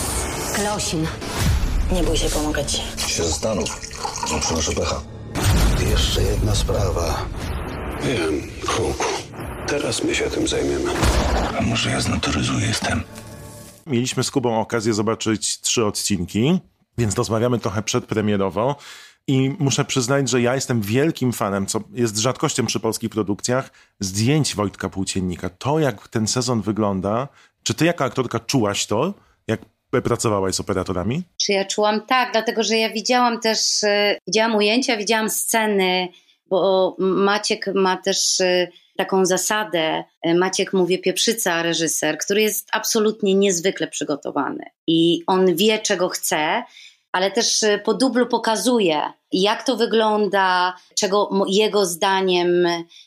Klosin. Nie bój się, pomogę ci. Się zastanów. No, przynoszę pecha. Jeszcze jedna sprawa. Wiem, Kruk. Teraz my się tym zajmiemy. A może ja znaturyzuję jestem? Mieliśmy z Kubą okazję zobaczyć trzy odcinki, więc rozmawiamy trochę przedpremierowo i muszę przyznać, że ja jestem wielkim fanem, co jest rzadkością przy polskich produkcjach, zdjęć Wojtka Płóciennika. To, jak ten sezon wygląda, czy ty jako aktorka czułaś to, jak pracowałaś z operatorami? Czy ja czułam? Tak, dlatego że ja widziałam też, e, widziałam ujęcia, widziałam sceny, bo Maciek ma też e, taką zasadę, e, Maciek mówi Pieprzyca, reżyser, który jest absolutnie niezwykle przygotowany i on wie, czego chce, ale też e, po dublu pokazuje, jak to wygląda, czego mo- jego zdaniem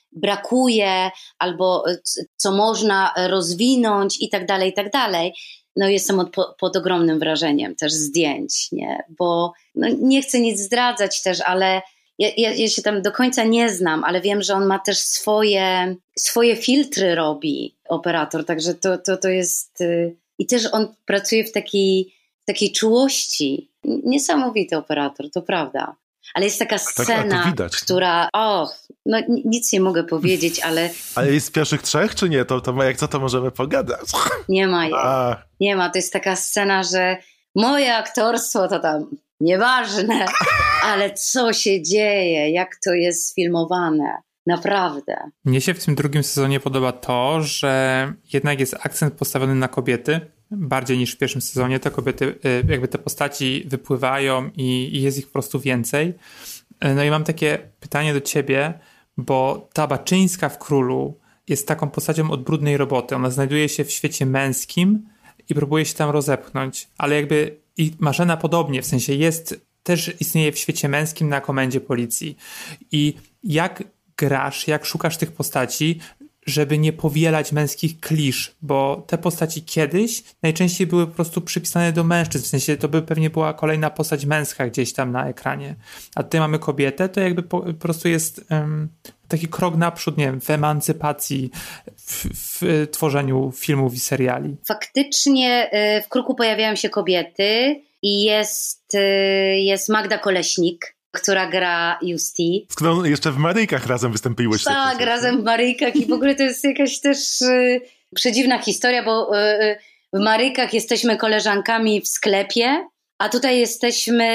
brakuje, albo e, co można rozwinąć i tak dalej, i tak dalej. No jestem od, pod ogromnym wrażeniem też zdjęć, nie? Bo no nie chcę nic zdradzać też, ale ja, ja, ja się tam do końca nie znam, ale wiem, że on ma też swoje, swoje filtry robi operator, także to, to, to jest... Yy, i też on pracuje w takiej, w takiej czułości. Niesamowity operator, to prawda. Ale jest taka scena, tak, która... O, no nic nie mogę powiedzieć, ale... Ale jest z pierwszych trzech, czy nie? To, to jak co, to możemy pogadać. Nie ma jej. A. Nie ma. To jest taka scena, że moje aktorstwo to tam nieważne, ale co się dzieje, jak to jest sfilmowane. Naprawdę. Mnie się w tym drugim sezonie podoba to, że jednak jest akcent postawiony na kobiety, bardziej niż w pierwszym sezonie. Te kobiety, jakby te postaci wypływają i, i jest ich po prostu więcej. No i mam takie pytanie do ciebie, bo ta Baczyńska w Królu jest taką postacią od brudnej roboty. Ona znajduje się w świecie męskim i próbuje się tam rozepchnąć, ale jakby i Marzena podobnie, w sensie jest, też istnieje w świecie męskim na komendzie policji. I jak grasz, jak szukasz tych postaci, żeby nie powielać męskich klisz, bo te postaci kiedyś najczęściej były po prostu przypisane do mężczyzn, w sensie to by pewnie była kolejna postać męska gdzieś tam na ekranie, a tutaj mamy kobietę, to jakby po, po prostu jest um, taki krok naprzód, nie wiem, w emancypacji, w, w tworzeniu filmów i seriali. Faktycznie w Kruku pojawiają się kobiety i jest, jest Magda Koleśnik, która gra Justi. Z którą jeszcze w Maryjkach razem wystąpiłeś. Tak, razem w Maryjkach i w ogóle to jest jakaś też y, przedziwna historia, bo y, w Maryjkach jesteśmy koleżankami w sklepie, a tutaj jesteśmy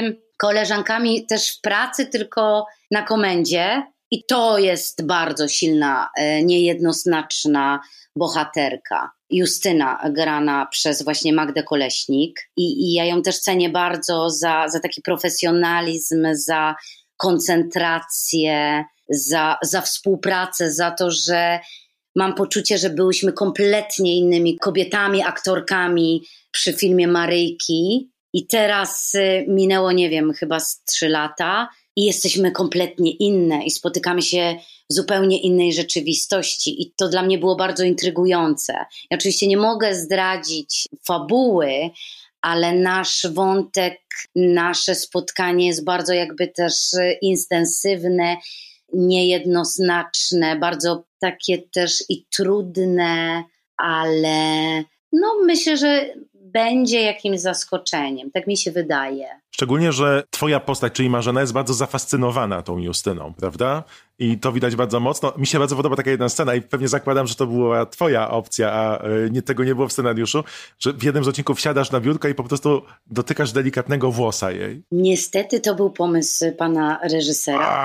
koleżankami też w pracy, tylko na komendzie i to jest bardzo silna, y, niejednoznaczna bohaterka. Justyna, grana przez właśnie Magdę Koleśnik i, i ja ją też cenię bardzo za, za taki profesjonalizm, za koncentrację, za, za współpracę, za to, że mam poczucie, że byłyśmy kompletnie innymi kobietami, aktorkami przy filmie Maryjki i teraz minęło, nie wiem, chyba z trzy lata i jesteśmy kompletnie inne i spotykamy się w zupełnie innej rzeczywistości i to dla mnie było bardzo intrygujące. Ja oczywiście nie mogę zdradzić fabuły, ale nasz wątek, nasze spotkanie jest bardzo jakby też intensywne, niejednoznaczne, bardzo takie też i trudne, ale no myślę, że będzie jakimś zaskoczeniem, tak mi się wydaje. Szczególnie, że twoja postać, czyli Marzena, jest bardzo zafascynowana tą Justyną, prawda? I to widać bardzo mocno. Mi się bardzo podoba taka jedna scena i pewnie zakładam, że to była twoja opcja, a nie, tego nie było w scenariuszu, że w jednym z odcinków siadasz na biurko i po prostu dotykasz delikatnego włosa jej. Niestety to był pomysł pana reżysera. A.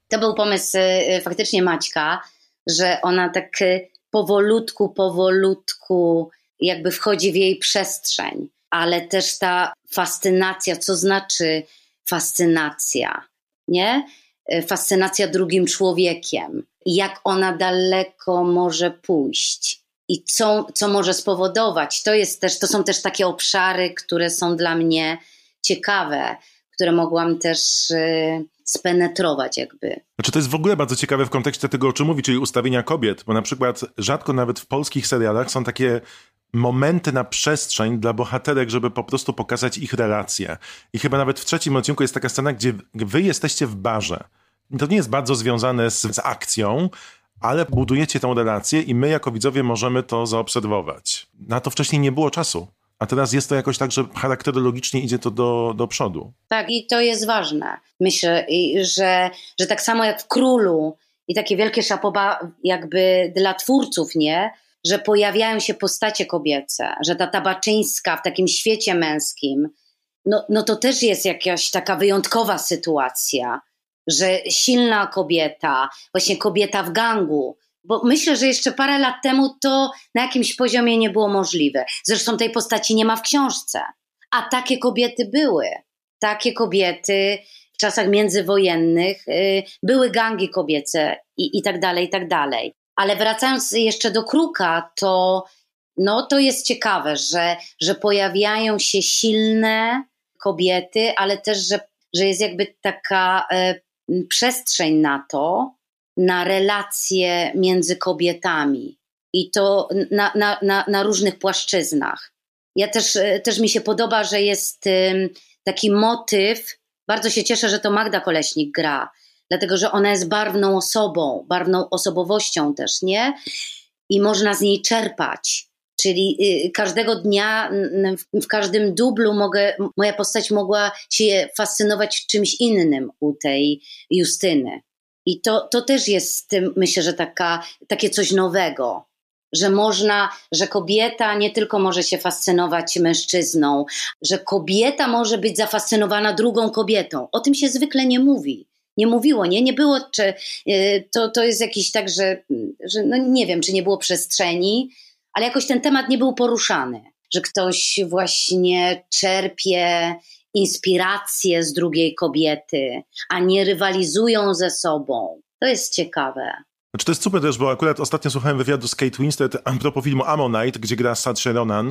To był pomysł faktycznie Maćka, że ona tak powolutku, powolutku jakby wchodzi w jej przestrzeń, ale też ta fascynacja, co znaczy fascynacja, nie? Fascynacja drugim człowiekiem, jak ona daleko może pójść i co, co może spowodować. To jest też, to są też takie obszary, które są dla mnie ciekawe, które mogłam też y, spenetrować jakby. Znaczy to jest w ogóle bardzo ciekawe w kontekście tego, o czym mówi, czyli ustawienia kobiet, bo na przykład rzadko nawet w polskich serialach są takie momenty na przestrzeń dla bohaterek, żeby po prostu pokazać ich relacje. I chyba nawet w trzecim odcinku jest taka scena, gdzie wy jesteście w barze. To nie jest bardzo związane z, z akcją, ale budujecie tą relację i my jako widzowie możemy to zaobserwować. Na to wcześniej nie było czasu. A teraz jest to jakoś tak, że charakterologicznie idzie to do, do przodu. Tak, i to jest ważne. Myślę, że, że tak samo jak w Królu i takie wielkie szapoba jakby dla twórców, nie? Że pojawiają się postacie kobiece, że ta Tabaczyńska w takim świecie męskim, no, no to też jest jakaś taka wyjątkowa sytuacja, że silna kobieta, właśnie kobieta w gangu, bo myślę, że jeszcze parę lat temu to na jakimś poziomie nie było możliwe. Zresztą tej postaci nie ma w książce. A takie kobiety były. Takie kobiety w czasach międzywojennych y, były gangi kobiece i, i tak dalej, i tak dalej. Ale wracając jeszcze do Kruka, to, no, to jest ciekawe, że, że pojawiają się silne kobiety, ale też, że, że jest jakby taka y, przestrzeń na to, na relacje między kobietami i to na, na, na, na różnych płaszczyznach. Ja też, też mi się podoba, że jest taki motyw, bardzo się cieszę, że to Magda Koleśnik gra, dlatego, że ona jest barwną osobą, barwną osobowością też, nie? I można z niej czerpać. Czyli każdego dnia, w każdym dublu mogę, moja postać mogła się fascynować czymś innym u tej Justyny. I to, to też jest, myślę, że taka, takie coś nowego, że można, że kobieta nie tylko może się fascynować mężczyzną, że kobieta może być zafascynowana drugą kobietą. O tym się zwykle nie mówi. Nie mówiło, nie? Nie było, czy to, to jest jakiś tak, że, że no nie wiem, czy nie było przestrzeni, ale jakoś ten temat nie był poruszany, że ktoś właśnie czerpie inspiracje z drugiej kobiety, a nie rywalizują ze sobą. To jest ciekawe. Znaczy to jest super też, bo akurat ostatnio słuchałem wywiadu z Kate Winslet a propos filmu Ammonite, gdzie gra Saoirse Ronan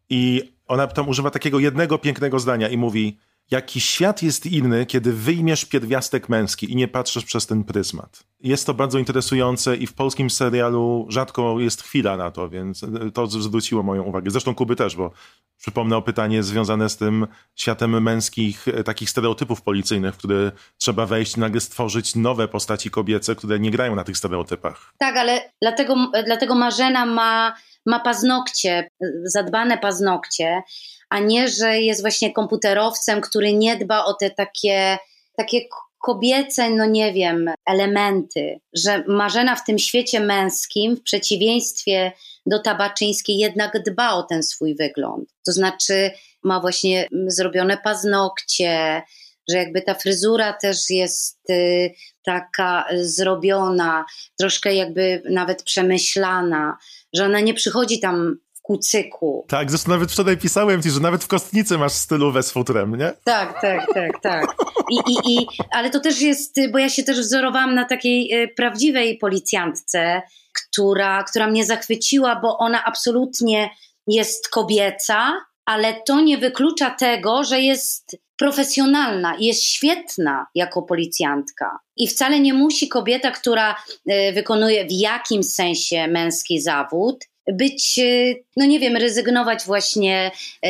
i ona tam używa takiego jednego pięknego zdania i mówi: jaki świat jest inny, kiedy wyjmiesz pierwiastek męski i nie patrzysz przez ten pryzmat. Jest to bardzo interesujące i w polskim serialu rzadko jest chwila na to, więc to zwróciło moją uwagę. Zresztą Kuby też, bo przypomnę o pytanie związane z tym światem męskich, takich stereotypów policyjnych, w które trzeba wejść i nagle stworzyć nowe postaci kobiece, które nie grają na tych stereotypach. Tak, ale dlatego, dlatego Marzena ma, ma paznokcie, zadbane paznokcie, a nie, że jest właśnie komputerowcem, który nie dba o te takie, takie kobiece, no nie wiem, elementy. Że Marzena w tym świecie męskim, w przeciwieństwie do Tabaczyńskiej, jednak dba o ten swój wygląd. To znaczy ma właśnie zrobione paznokcie, że jakby ta fryzura też jest y, taka zrobiona, troszkę jakby nawet przemyślana, że ona nie przychodzi tam kucyku. Tak, zresztą nawet wczoraj pisałem ci, że nawet w kostnicy masz stylówę z futrem, nie? Tak, tak, tak, tak. I, i, i, ale to też jest, bo ja się też wzorowałam na takiej y, prawdziwej policjantce, która, która mnie zachwyciła, bo ona absolutnie jest kobieca, ale to nie wyklucza tego, że jest profesjonalna i jest świetna jako policjantka. I wcale nie musi kobieta, która y, wykonuje w jakimś sensie męski zawód, być, no nie wiem, rezygnować właśnie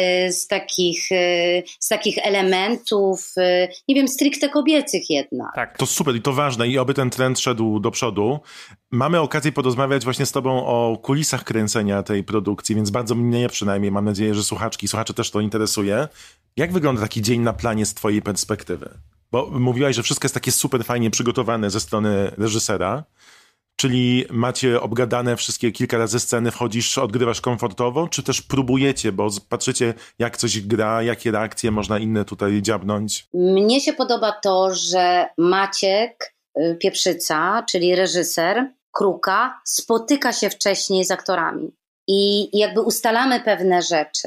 z takich, z takich elementów, nie wiem, stricte kobiecych jednak. Tak. To super i to ważne i oby ten trend szedł do przodu. Mamy okazję porozmawiać właśnie z tobą o kulisach kręcenia tej produkcji, więc bardzo mnie przynajmniej, mam nadzieję, że słuchaczki i słuchacze też to interesuje. Jak wygląda taki dzień na planie z twojej perspektywy? Bo mówiłaś, że wszystko jest takie super fajnie przygotowane ze strony reżysera. Czyli macie obgadane wszystkie kilka razy sceny, wchodzisz, odgrywasz komfortowo, czy też próbujecie, bo patrzycie jak coś gra, jakie reakcje można inne tutaj dziabnąć? Mnie się podoba to, że Maciek Pieprzyca, czyli reżyser Kruka, spotyka się wcześniej z aktorami i jakby ustalamy pewne rzeczy.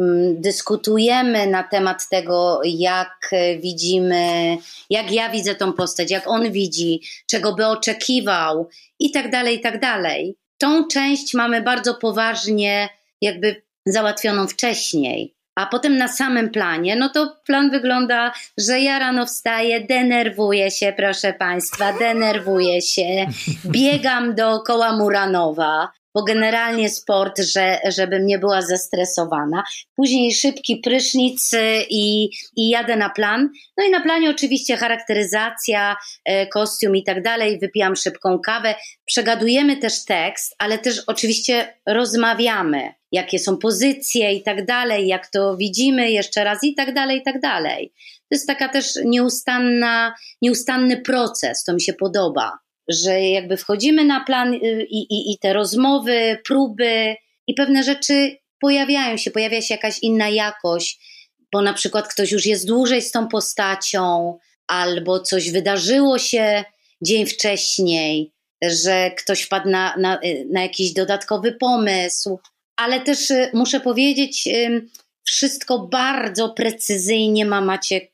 Dyskutujemy na temat tego, jak widzimy, jak ja widzę tą postać, jak on widzi, czego by oczekiwał i tak dalej, i tak dalej. Tą część mamy bardzo poważnie jakby załatwioną wcześniej. A potem na samym planie, no to plan wygląda, że ja rano wstaję, denerwuję się, proszę Państwa, denerwuję się, biegam dookoła Muranowa, bo generalnie sport, że, żebym nie była zestresowana. Później szybki prysznic i, i jadę na plan. No i na planie oczywiście charakteryzacja, kostium i tak dalej. Wypijam szybką kawę. Przegadujemy też tekst, ale też oczywiście rozmawiamy, jakie są pozycje i tak dalej, jak to widzimy jeszcze raz i tak dalej, i tak dalej. To jest taka też nieustanna, nieustanny proces, to mi się podoba. Że jakby wchodzimy na plan i, i, i te rozmowy, próby i pewne rzeczy pojawiają się, pojawia się jakaś inna jakość, bo na przykład ktoś już jest dłużej z tą postacią, albo coś wydarzyło się dzień wcześniej, że ktoś wpadł na, na, na jakiś dodatkowy pomysł, ale też muszę powiedzieć, wszystko bardzo precyzyjnie ma Maciek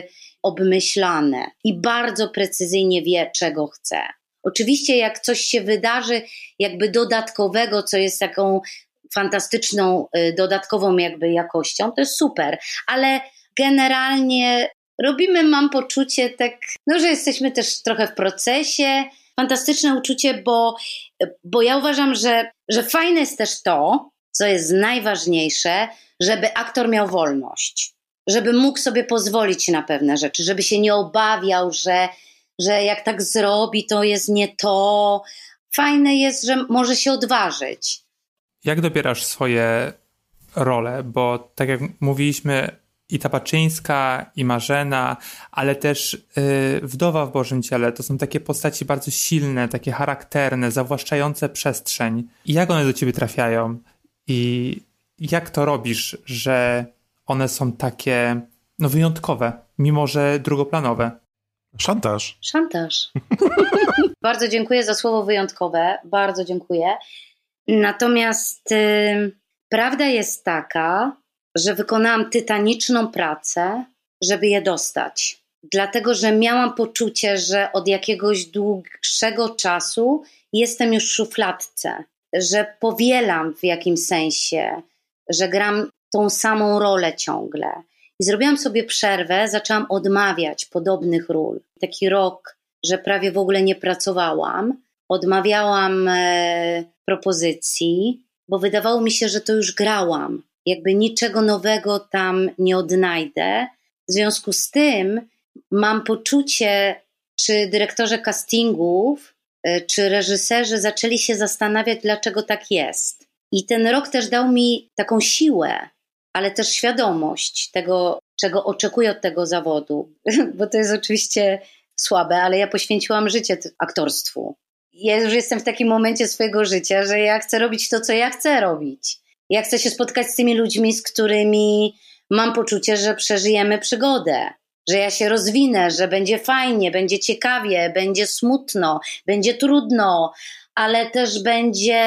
obmyślane i bardzo precyzyjnie wie, czego chce. Oczywiście jak coś się wydarzy jakby dodatkowego, co jest taką fantastyczną, dodatkową jakby jakością, to jest super, ale generalnie robimy, mam poczucie tak, no, że jesteśmy też trochę w procesie, fantastyczne uczucie, bo, bo ja uważam, że, że fajne jest też to, co jest najważniejsze, żeby aktor miał wolność, żeby mógł sobie pozwolić na pewne rzeczy, żeby się nie obawiał, że że jak tak zrobi, to jest nie to. Fajne jest, że może się odważyć. Jak dobierasz swoje role? Bo tak jak mówiliśmy, i ta Baczyńska, i Marzena, ale też yy, Wdowa w Bożym Ciele, to są takie postaci bardzo silne, takie charakterne, zawłaszczające przestrzeń. I jak one do ciebie trafiają? I jak to robisz, że one są takie no, wyjątkowe, mimo że drugoplanowe? Szantaż. Szantaż. Bardzo dziękuję za słowo wyjątkowe. Bardzo dziękuję. Natomiast y, prawda jest taka, że wykonałam tytaniczną pracę, żeby je dostać. Dlatego, że miałam poczucie, że od jakiegoś dłuższego czasu jestem już w szufladce. Że powielam w jakimś sensie, że gram tą samą rolę ciągle. I zrobiłam sobie przerwę, zaczęłam odmawiać podobnych ról. Taki rok, że prawie w ogóle nie pracowałam. Odmawiałam e, propozycji, bo wydawało mi się, że to już grałam. Jakby niczego nowego tam nie odnajdę. W związku z tym mam poczucie, czy dyrektorzy castingów, e, czy reżyserzy zaczęli się zastanawiać, dlaczego tak jest. I ten rok też dał mi taką siłę, ale też świadomość tego, czego oczekuję od tego zawodu. Bo to jest oczywiście słabe, ale ja poświęciłam życie aktorstwu. Ja już jestem w takim momencie swojego życia, że ja chcę robić to, co ja chcę robić. Ja chcę się spotkać z tymi ludźmi, z którymi mam poczucie, że przeżyjemy przygodę. Że ja się rozwinę, że będzie fajnie, będzie ciekawie, będzie smutno, będzie trudno, ale też będzie...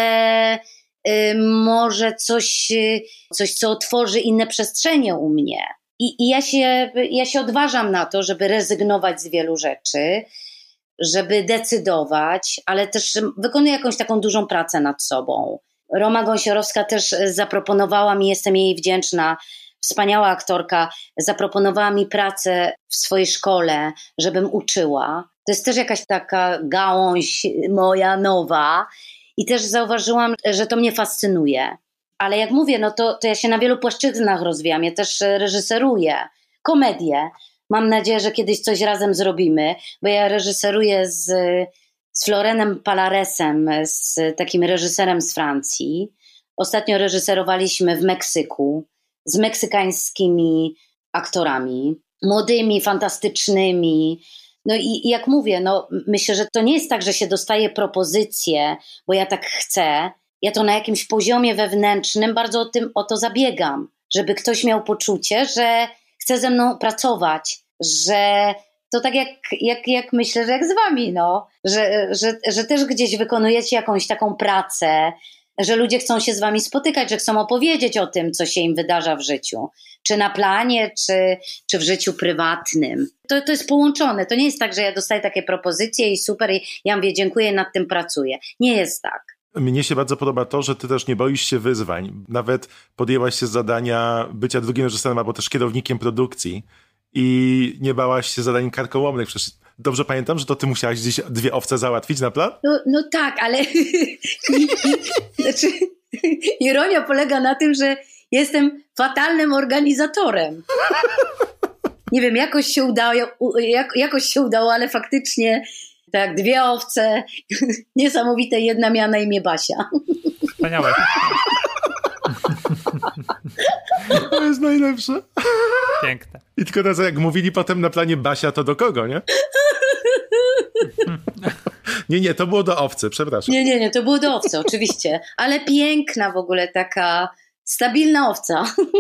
może coś, coś, co otworzy inne przestrzenie u mnie. I, i ja, się, ja się odważam na to, żeby rezygnować z wielu rzeczy, żeby decydować, ale też wykonuję jakąś taką dużą pracę nad sobą. Roma Gąsiorowska też zaproponowała mi, jestem jej wdzięczna, wspaniała aktorka, zaproponowała mi pracę w swojej szkole, żebym uczyła. To jest też jakaś taka gałąź moja nowa. I też zauważyłam, że to mnie fascynuje. Ale jak mówię, no to, to ja się na wielu płaszczyznach rozwijam. Ja też reżyseruję komedię. Mam nadzieję, że kiedyś coś razem zrobimy, bo ja reżyseruję z, z Florenem Palaresem, z takim reżyserem z Francji. Ostatnio reżyserowaliśmy w Meksyku z meksykańskimi aktorami, młodymi, fantastycznymi. No i, i jak mówię, no myślę, że to nie jest tak, że się dostaje propozycję, bo ja tak chcę. Ja to na jakimś poziomie wewnętrznym bardzo o, tym, o to zabiegam, żeby ktoś miał poczucie, że chce ze mną pracować, że to tak jak, jak, jak myślę, że jak z wami, no, że, że, że też gdzieś wykonujecie jakąś taką pracę, że ludzie chcą się z wami spotykać, że chcą opowiedzieć o tym, co się im wydarza w życiu. Czy na planie, czy, czy w życiu prywatnym. To, to jest połączone. To nie jest tak, że ja dostaję takie propozycje i super, i ja mówię dziękuję, nad tym pracuję. Nie jest tak. Mnie się bardzo podoba to, że ty też nie boisz się wyzwań. Nawet podjęłaś się zadania bycia drugim reżyserem albo też kierownikiem produkcji i nie bałaś się zadań karkołomnych. Przecież dobrze pamiętam, że to ty musiałaś gdzieś dwie owce załatwić na plan? No, no tak, ale znaczy, ironia polega na tym, że jestem fatalnym organizatorem. Nie wiem, jakoś się udało, jak, jakoś się udało, ale faktycznie tak, dwie owce, niesamowite, jedna miała na imię Basia. Wspaniałe. To jest najlepsze. Piękne. I tylko teraz jak mówili potem na planie Basia, to do kogo, nie? Nie, nie, to było do owcy, przepraszam. Nie, nie, nie, to było do owcy, oczywiście. Ale piękna w ogóle, taka stabilna owca.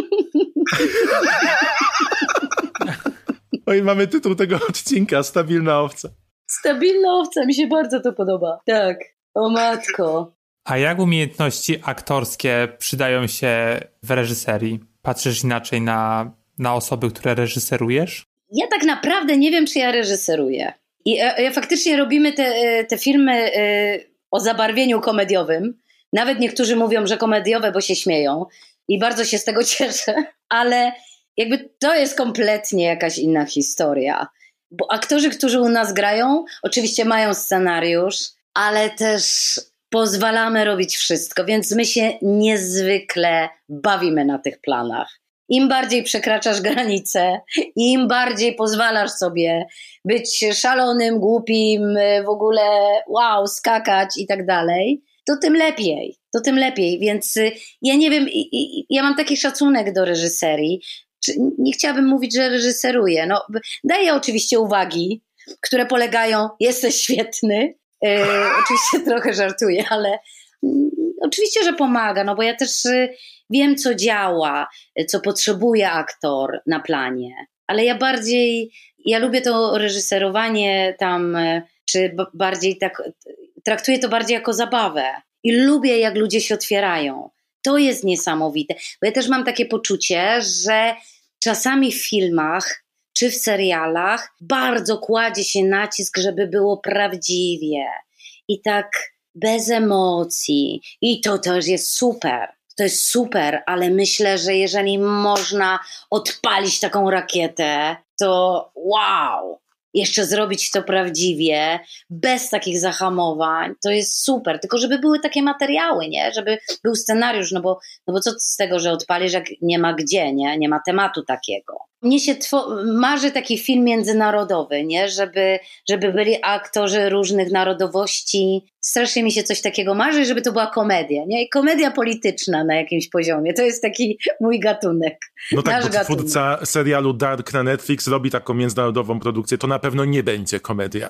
Oj, mamy tytuł tego odcinka, Stabilna owca. Stabilna owca, mi się bardzo to podoba. Tak, o matko. A jak umiejętności aktorskie przydają się w reżyserii? Patrzysz inaczej na, na osoby, które reżyserujesz? Ja tak naprawdę nie wiem, czy ja reżyseruję. I ja, ja faktycznie robimy te, te filmy y, o zabarwieniu komediowym. Nawet niektórzy mówią, że komediowe, bo się śmieją. I bardzo się z tego cieszę. Ale jakby to jest kompletnie jakaś inna historia. Bo aktorzy, którzy u nas grają, oczywiście mają scenariusz, ale też pozwalamy robić wszystko, więc my się niezwykle bawimy na tych planach. Im bardziej przekraczasz granice, im bardziej pozwalasz sobie być szalonym, głupim, w ogóle wow, skakać i tak dalej, to tym lepiej, to tym lepiej. Więc ja nie wiem, ja mam taki szacunek do reżyserii. Nie chciałabym mówić, że reżyseruję. No, daję oczywiście uwagi, które polegają, jesteś świetny. E, oczywiście trochę żartuję, ale mm, oczywiście, że pomaga, no bo ja też y, wiem, co działa, co potrzebuje aktor na planie. Ale ja bardziej, ja lubię to reżyserowanie tam, y, czy b- bardziej tak, traktuję to bardziej jako zabawę. I lubię, jak ludzie się otwierają. To jest niesamowite. Bo ja też mam takie poczucie, że czasami w filmach czy w serialach bardzo kładzie się nacisk, żeby było prawdziwie i tak bez emocji. I to też jest super. To jest super, ale myślę, że jeżeli można odpalić taką rakietę, to wow! Jeszcze zrobić to prawdziwie, bez takich zahamowań, to jest super. Tylko żeby były takie materiały, nie? Żeby był scenariusz, no bo, no bo co z tego, że odpalisz, jak nie ma gdzie, nie? Nie ma tematu takiego. Mnie się two- marzy taki film międzynarodowy, nie? Żeby, żeby byli aktorzy różnych narodowości. Strasznie mi się coś takiego marzy, żeby to była komedia, nie? I komedia polityczna na jakimś poziomie. To jest taki mój gatunek. No tak, Nasz bo gatunek. twórca serialu Dark na Netflix robi taką międzynarodową produkcję. To na pewno nie będzie komedia.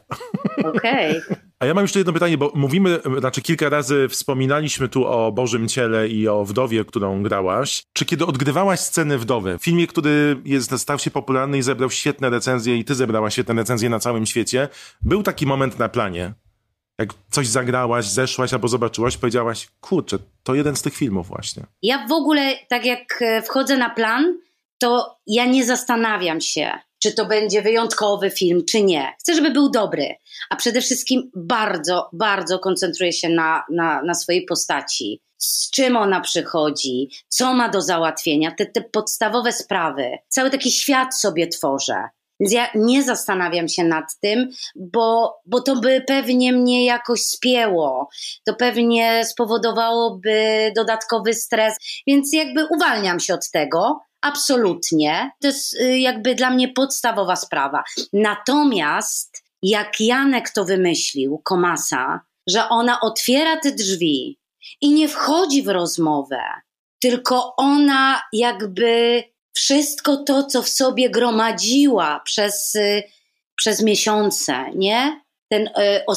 Okej. Okay. A ja mam jeszcze jedno pytanie, bo mówimy, znaczy kilka razy wspominaliśmy tu o Bożym Ciele i o Wdowie, którą grałaś. Czy kiedy odgrywałaś scenę Wdowy, w filmie, który jest, stał się popularny i zebrał świetne recenzje i ty zebrałaś świetne recenzje na całym świecie, był taki moment na planie, jak coś zagrałaś, zeszłaś albo zobaczyłaś, powiedziałaś, kurczę, to jeden z tych filmów właśnie. Ja w ogóle, tak jak wchodzę na plan, to ja nie zastanawiam się, czy to będzie wyjątkowy film, czy nie. Chcę, żeby był dobry, a przede wszystkim bardzo, bardzo koncentruję się na, na, na swojej postaci. Z czym ona przychodzi, co ma do załatwienia, te, te podstawowe sprawy. Cały taki świat sobie tworzę. Więc ja nie zastanawiam się nad tym, bo, bo to by pewnie mnie jakoś spięło. To pewnie spowodowałoby dodatkowy stres, więc jakby uwalniam się od tego. Absolutnie. To jest jakby dla mnie podstawowa sprawa. Natomiast jak Janek to wymyślił, Komasa, że ona otwiera te drzwi i nie wchodzi w rozmowę, tylko ona jakby wszystko to, co w sobie gromadziła przez, przez miesiące, nie? Ten y,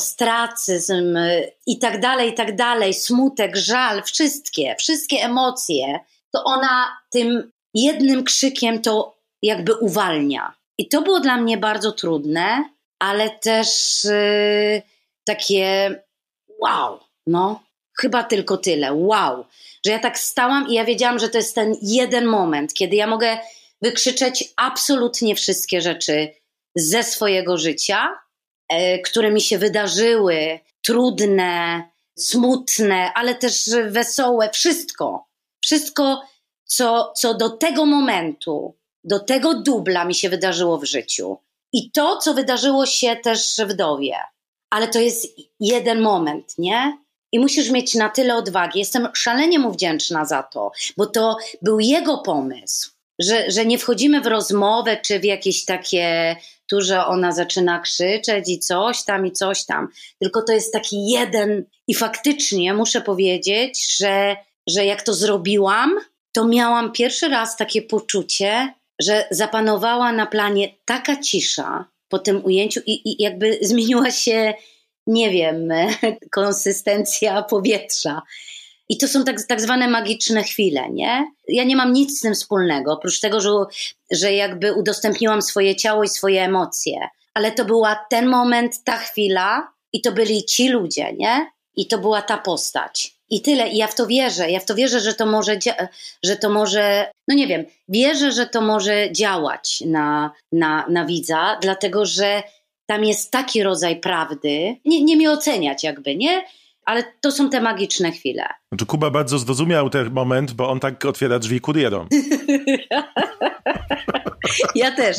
ostracyzm y, i tak dalej, i tak dalej, smutek, żal, wszystkie, wszystkie emocje, to ona tym jednym krzykiem to jakby uwalnia. I to było dla mnie bardzo trudne, ale też yy, takie wow, no chyba tylko tyle, wow. Że ja tak stałam i ja wiedziałam, że to jest ten jeden moment, kiedy ja mogę wykrzyczeć absolutnie wszystkie rzeczy ze swojego życia, yy, które mi się wydarzyły, trudne, smutne, ale też wesołe, wszystko. Wszystko, co, co do tego momentu, do tego dubla mi się wydarzyło w życiu. I to, co wydarzyło się też w Dowie. Ale to jest jeden moment, nie? I musisz mieć na tyle odwagi. Jestem szalenie mu wdzięczna za to, bo to był jego pomysł, że, że nie wchodzimy w rozmowę czy w jakieś takie, tu, że ona zaczyna krzyczeć i coś tam i coś tam. Tylko to jest taki jeden i faktycznie muszę powiedzieć, że, że jak to zrobiłam, to miałam pierwszy raz takie poczucie, że zapanowała na planie taka cisza po tym ujęciu i, i jakby zmieniła się, nie wiem, konsystencja powietrza. I to są tak, tak zwane magiczne chwile, nie? Ja nie mam nic z tym wspólnego, oprócz tego, że, że jakby udostępniłam swoje ciało i swoje emocje. Ale to była ten moment, ta chwila i to byli ci ludzie, nie? I to była ta postać. I tyle. I ja w to wierzę. Ja w to wierzę, że to może, dzia- że to może, no nie wiem, wierzę, że to może działać na, na, na widza, dlatego że tam jest taki rodzaj prawdy. Nie, nie mi oceniać jakby, nie? Ale to są te magiczne chwile. Znaczy Kuba bardzo zrozumiał ten moment, bo on tak otwiera drzwi kurierom. Ja też.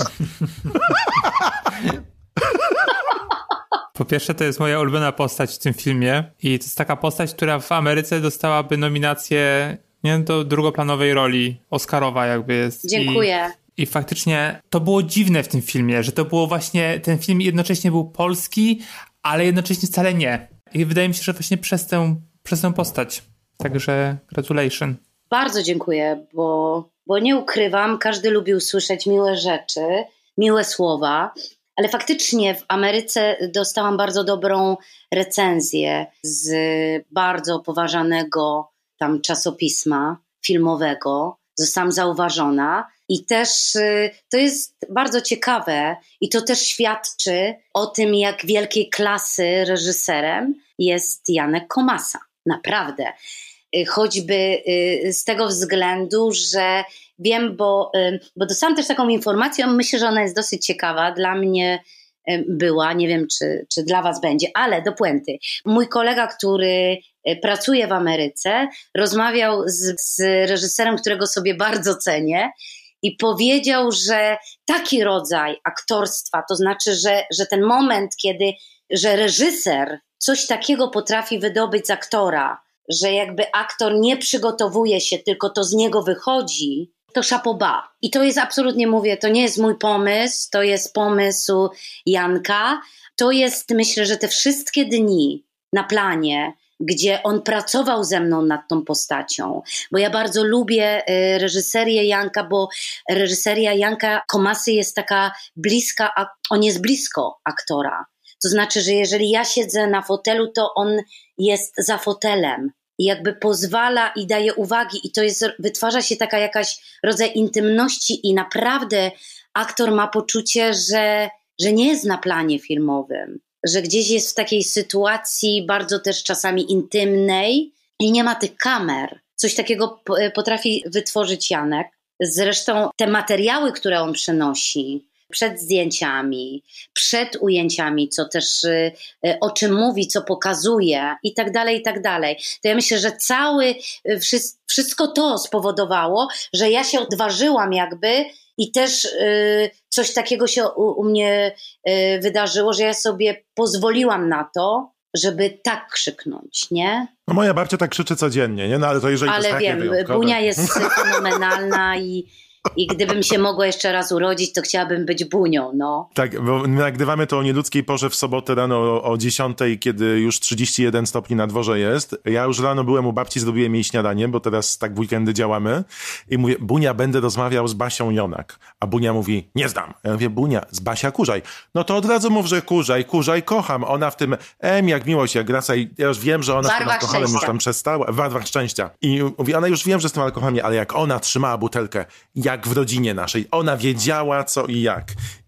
Po pierwsze, to jest moja ulubiona postać w tym filmie i to jest taka postać, która w Ameryce dostałaby nominację, nie, do drugoplanowej roli Oscarowa jakby jest. Dziękuję. I, I faktycznie to było dziwne w tym filmie, że to było właśnie, ten film jednocześnie był polski, ale jednocześnie wcale nie. I wydaje mi się, że właśnie przez tę, przez tę postać. Także gratulation. Bardzo dziękuję, bo, bo nie ukrywam, każdy lubi usłyszeć miłe rzeczy, miłe słowa, ale faktycznie w Ameryce dostałam bardzo dobrą recenzję z bardzo poważanego tam czasopisma filmowego. Zostałam zauważona i też y, to jest bardzo ciekawe i to też świadczy o tym, jak wielkiej klasy reżyserem jest Janek Komasa. Naprawdę. Y, choćby y, z tego względu, że wiem, bo, y, bo dostałam też taką informację, myślę, że ona jest dosyć ciekawa, dla mnie y, była, nie wiem, czy, czy dla was będzie, ale do puenty. Mój kolega, który pracuje w Ameryce, rozmawiał z, z reżyserem, którego sobie bardzo cenię i powiedział, że taki rodzaj aktorstwa, to znaczy, że, że ten moment, kiedy, że reżyser coś takiego potrafi wydobyć z aktora, że jakby aktor nie przygotowuje się, tylko to z niego wychodzi, to chapeau bas. I to jest absolutnie, mówię, to nie jest mój pomysł, to jest pomysł Janka, to jest, myślę, że te wszystkie dni na planie, gdzie on pracował ze mną nad tą postacią, bo ja bardzo lubię y, reżyserię Janka, bo reżyseria Janka Komasy jest taka bliska, a on jest blisko aktora. To znaczy, że jeżeli ja siedzę na fotelu, to on jest za fotelem i jakby pozwala i daje uwagi i to jest, wytwarza się taka jakaś rodzaj intymności i naprawdę aktor ma poczucie, że, że nie jest na planie filmowym, że gdzieś jest w takiej sytuacji bardzo też czasami intymnej i nie ma tych kamer. Coś takiego potrafi wytworzyć Janek. Zresztą te materiały, które on przynosi przed zdjęciami, przed ujęciami, co też y, o czym mówi, co pokazuje i tak dalej, i tak dalej. To ja myślę, że cały, wszystko to spowodowało, że ja się odważyłam jakby i też y, coś takiego się u, u mnie y, wydarzyło, że ja sobie pozwoliłam na to, żeby tak krzyknąć, nie? No moja babcia tak krzyczy codziennie, nie? No ale to jeżeli ale to jest wiem, takie Bunia jest fenomenalna i I gdybym się mogła jeszcze raz urodzić, to chciałabym być Bunią, no. Tak, bo my nagrywamy to o nieludzkiej porze w sobotę rano o, o dziesiątej, kiedy już trzydzieści jeden stopni na dworze jest. Ja już rano byłem u babci, zrobiłem jej śniadanie, bo teraz tak w weekendy działamy. I mówię, Bunia, będę rozmawiał z Basią Jonak. A Bunia mówi, nie znam. Ja mówię, Bunia, z Basia Kurzaj. No to od razu mów, że Kurzaj, Kurzaj kocham. Ona w tym, em, jak miłość, jak graca. I ja już wiem, że ona z tym alkoholem już tam przestała. W barwach szczęścia. I mówi, ona już wiem, że z tym alkoholem, ale jak ona trzymała butelkę, jak w rodzinie naszej. Ona wiedziała co i jak.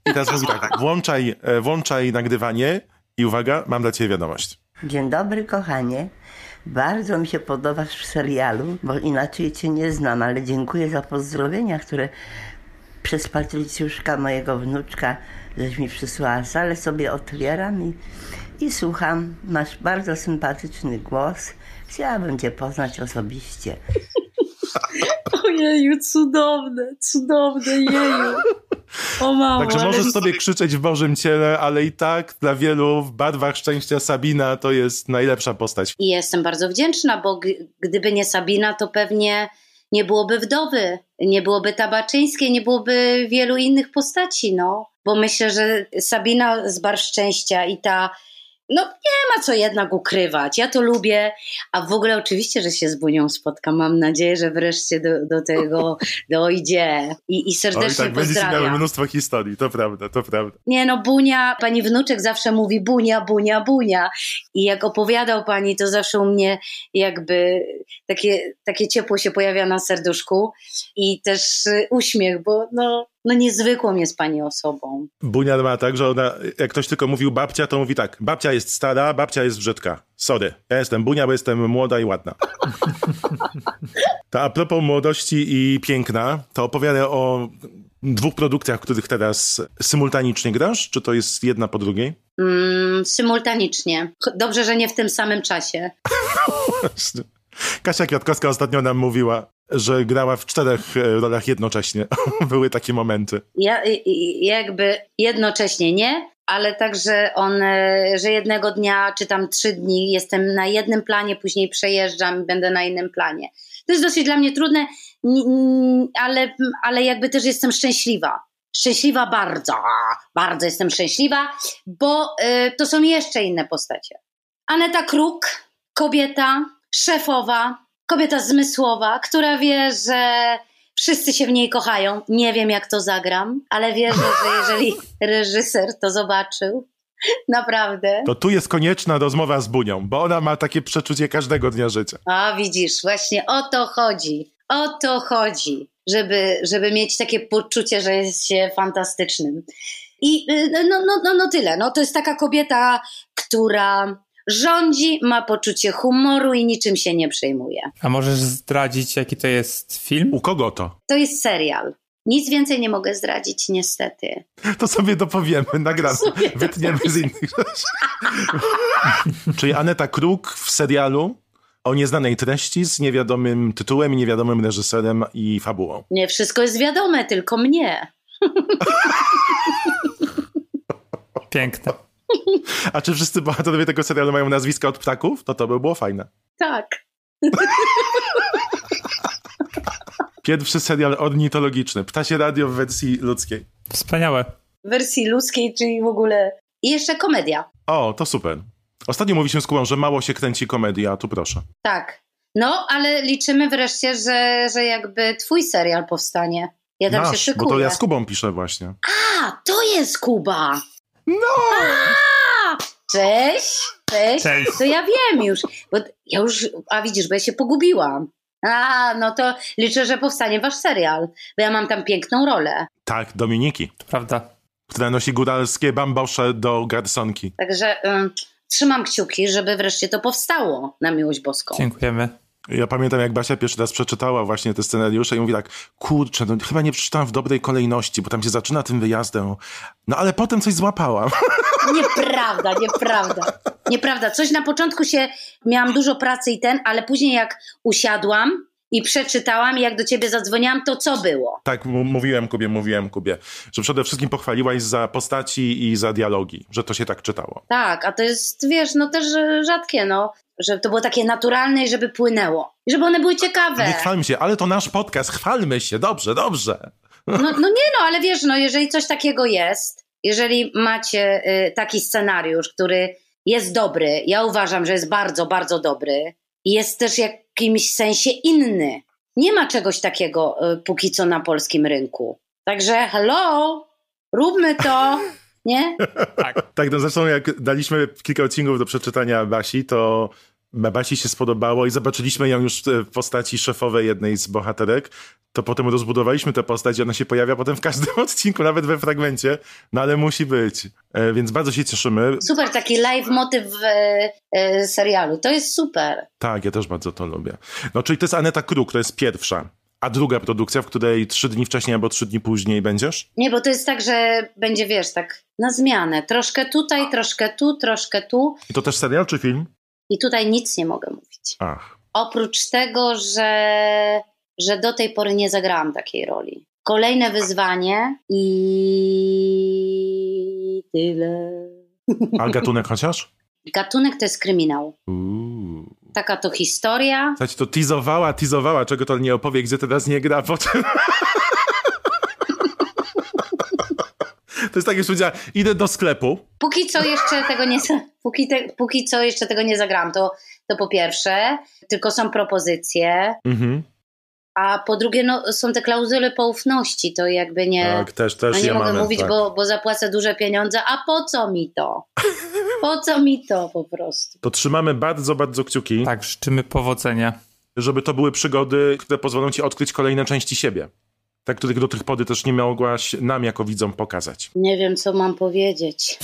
I teraz mówi tak, włączaj, włączaj nagrywanie i uwaga, mam dla ciebie wiadomość. Dzień dobry, kochanie. Bardzo mi się podobasz w serialu, bo inaczej cię nie znam, ale dziękuję za pozdrowienia, które przez Patrycjuszka, mojego wnuczka, żeś mi przysłała. Salę sobie otwieram i, i słucham. Masz bardzo sympatyczny głos. Chciałabym cię poznać osobiście. Ojeju, cudowne, cudowne, jeju. O mamo, Także ale... możesz sobie krzyczeć w Bożym ciele, ale i tak dla wielu w barwach szczęścia Sabina to jest najlepsza postać. I jestem bardzo wdzięczna, bo g- gdyby nie Sabina, to pewnie nie byłoby Wdowy, nie byłoby Tabaczyńskiej, nie byłoby wielu innych postaci, no. Bo myślę, że Sabina z Barw Szczęścia i ta, no nie ma co jednak ukrywać. Ja to lubię, a w ogóle oczywiście, że się z Bunią spotkam. Mam nadzieję, że wreszcie do, do tego dojdzie. I, i serdecznie Oj, tak, będziecie pozdrawiam. miały mnóstwo historii, to prawda, to prawda. Nie no, Bunia, pani wnuczek zawsze mówi Bunia, Bunia, Bunia. I jak opowiadał pani, to zawsze u mnie jakby takie, takie ciepło się pojawia na serduszku i też y, uśmiech, bo no, no niezwykłą jest pani osobą. Bunia ma tak, że ona, jak ktoś tylko mówił babcia, to mówi tak, babcia jest stara, babcia jest brzydka. Sorry, ja jestem Bunia, bo jestem młoda i ładna. To a propos młodości i piękna, to opowiada o dwóch produkcjach, w których teraz symultanicznie grasz? Czy to jest jedna po drugiej? Mm, symultanicznie. Dobrze, że nie w tym samym czasie. Kasia Kwiatkowska ostatnio nam mówiła, że grała w czterech rolach jednocześnie. Były takie momenty. Ja jakby jednocześnie nie, ale także on, że jednego dnia czy tam trzy dni jestem na jednym planie, później przejeżdżam i będę na innym planie. To jest dosyć dla mnie trudne, ale, ale jakby też jestem szczęśliwa. Szczęśliwa bardzo, bardzo jestem szczęśliwa, bo y, to są jeszcze inne postacie. Aneta Kruk, kobieta, szefowa, kobieta zmysłowa, która wie, że wszyscy się w niej kochają. Nie wiem, jak to zagram, ale wierzę, że jeżeli reżyser to zobaczył, naprawdę. To tu jest konieczna rozmowa z Bunią, bo ona ma takie przeczucie każdego dnia życia. A widzisz, właśnie o to chodzi. O to chodzi, żeby, żeby mieć takie poczucie, że jest się fantastycznym. I no, no, no, no tyle. No, to jest taka kobieta, która rządzi, ma poczucie humoru i niczym się nie przejmuje. A możesz zdradzić, jaki to jest film? U kogo to? To jest serial. Nic więcej nie mogę zdradzić, niestety. To sobie dopowiemy, nagramy, wytniemy z innych rzeczy. Czyli Aneta Kruk w serialu o nieznanej treści z niewiadomym tytułem i niewiadomym reżyserem i fabułą. Nie, wszystko jest wiadome, tylko mnie. Piękne. A czy wszyscy bohaterowie tego serialu mają nazwiska od ptaków? To to by było fajne. Tak. Pierwszy serial ornitologiczny. Ptasie radio w wersji ludzkiej. Wspaniałe. W wersji ludzkiej, czyli w ogóle... I jeszcze komedia. O, to super. Ostatnio mówiliśmy z Kubą, że mało się kręci komedia, a tu proszę. Tak. No, ale liczymy wreszcie, że, że jakby twój serial powstanie. Ja tam Nasz, się szykuję. bo to ja z Kubą piszę właśnie. A, to jest Kuba. No! A, cześć, cześć. Cześć. To ja wiem już. Bo ja już, a widzisz, bo ja się pogubiłam. A, no to liczę, że powstanie wasz serial, bo ja mam tam piękną rolę. Tak, Dominiki. To prawda. Która nosi góralskie bambosze do garsonki. Także ym, trzymam kciuki, żeby wreszcie to powstało, na miłość boską. Dziękujemy. Ja pamiętam, jak Basia pierwszy raz przeczytała właśnie te scenariusze i mówi tak, kurczę, no chyba nie przeczytałam w dobrej kolejności, bo tam się zaczyna tym wyjazdem. No ale potem coś złapałam. Nieprawda, nieprawda. Nieprawda. Coś na początku się, miałam dużo pracy i ten, ale później jak usiadłam i przeczytałam i jak do ciebie zadzwoniłam, to co było? Tak, m- mówiłem Kubie, mówiłem Kubie, że przede wszystkim pochwaliłaś za postaci i za dialogi, że to się tak czytało. Tak, a to jest, wiesz, no też rzadkie, no. Żeby to było takie naturalne i żeby płynęło. I żeby one były ciekawe. Nie chwalmy się, ale to nasz podcast, chwalmy się, dobrze, dobrze. No, no nie no, ale wiesz, no jeżeli coś takiego jest, jeżeli macie y, taki scenariusz, który jest dobry, ja uważam, że jest bardzo, bardzo dobry i jest też w jakimś sensie inny. Nie ma czegoś takiego y, póki co na polskim rynku. Także hello, róbmy to, nie? Tak. Tak, no zresztą jak daliśmy kilka odcinków do przeczytania Basi, to Basi się spodobało i zobaczyliśmy ją już w postaci szefowej jednej z bohaterek, to potem rozbudowaliśmy tę postać i ona się pojawia potem w każdym odcinku, nawet we fragmencie, no ale musi być. E, więc bardzo się cieszymy. Super, taki live motyw w e, serialu. To jest super. Tak, ja też bardzo to lubię. No, czyli to jest Aneta Kruk, to jest pierwsza. A druga produkcja, w której trzy dni wcześniej albo trzy dni później będziesz? Nie, bo to jest tak, że będzie, wiesz, tak na zmianę. Troszkę tutaj, troszkę tu, troszkę tu. I to też serial czy film? I tutaj nic nie mogę mówić. Ach. Oprócz tego, że, że do tej pory nie zagrałam takiej roli. Kolejne wyzwanie i tyle. A gatunek chociaż? Gatunek to jest kryminał. Uuu. Taka to historia. Słuchajcie, to teasowała, teasowała, czego to nie opowie, gdzie teraz nie gra, potem... To jest tak, jak powiedziała, idę do sklepu. Póki co jeszcze tego nie, póki, te, póki co jeszcze tego nie zagram, to, to po pierwsze, tylko są propozycje, mhm. a po drugie no, są te klauzule poufności, to jakby nie, tak, też, też no nie ja mogę mamy, mówić, tak. bo, bo zapłacę duże pieniądze, a po co mi to? Po co mi to po prostu? To trzymamy bardzo, bardzo kciuki. Tak, życzymy powodzenia. Żeby to były przygody, które pozwolą ci odkryć kolejne części siebie. Te, których do tej pory też nie mogłaś nam jako widzom pokazać. Nie wiem, co mam powiedzieć.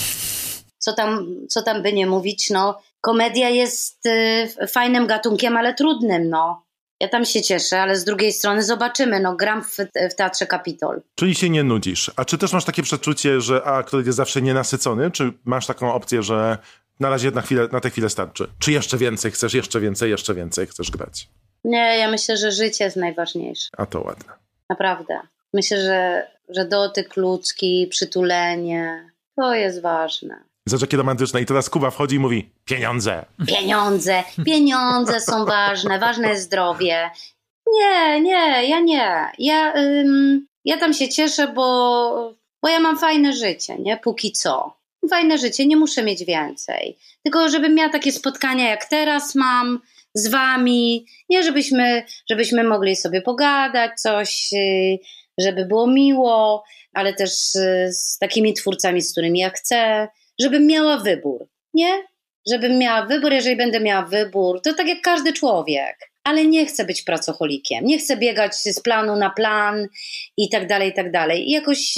Co tam, co tam by nie mówić, no. Komedia jest y, fajnym gatunkiem, ale trudnym, no. Ja tam się cieszę, ale z drugiej strony zobaczymy, no. Gram w, w Teatrze Kapitol. Czyli się nie nudzisz. A czy też masz takie przeczucie, że aktor jest zawsze nienasycony? Czy masz taką opcję, że na razie na, chwilę, na tę chwilę starczy? Czy jeszcze więcej chcesz, jeszcze więcej, jeszcze więcej chcesz grać? Nie, ja myślę, że życie jest najważniejsze. A to ładne. Naprawdę. Myślę, że, że dotyk ludzki, przytulenie, to jest ważne. Zobacz, jakie romantyczne. I teraz Kuba wchodzi i mówi, pieniądze. Pieniądze, pieniądze są ważne, ważne jest zdrowie. Nie, nie, ja nie. Ja, ym, ja tam się cieszę, bo, bo ja mam fajne życie, nie? Póki co. Fajne życie, nie muszę mieć więcej. Tylko żebym miała takie spotkania, jak teraz mam, z wami, nie, żebyśmy, żebyśmy mogli sobie pogadać coś, żeby było miło, ale też z takimi twórcami, z którymi ja chcę, żebym miała wybór, nie? Żebym miała wybór, jeżeli będę miała wybór, to tak jak każdy człowiek, ale nie chcę być pracocholikiem, nie chcę biegać z planu na plan i tak dalej, i tak dalej. I jakoś,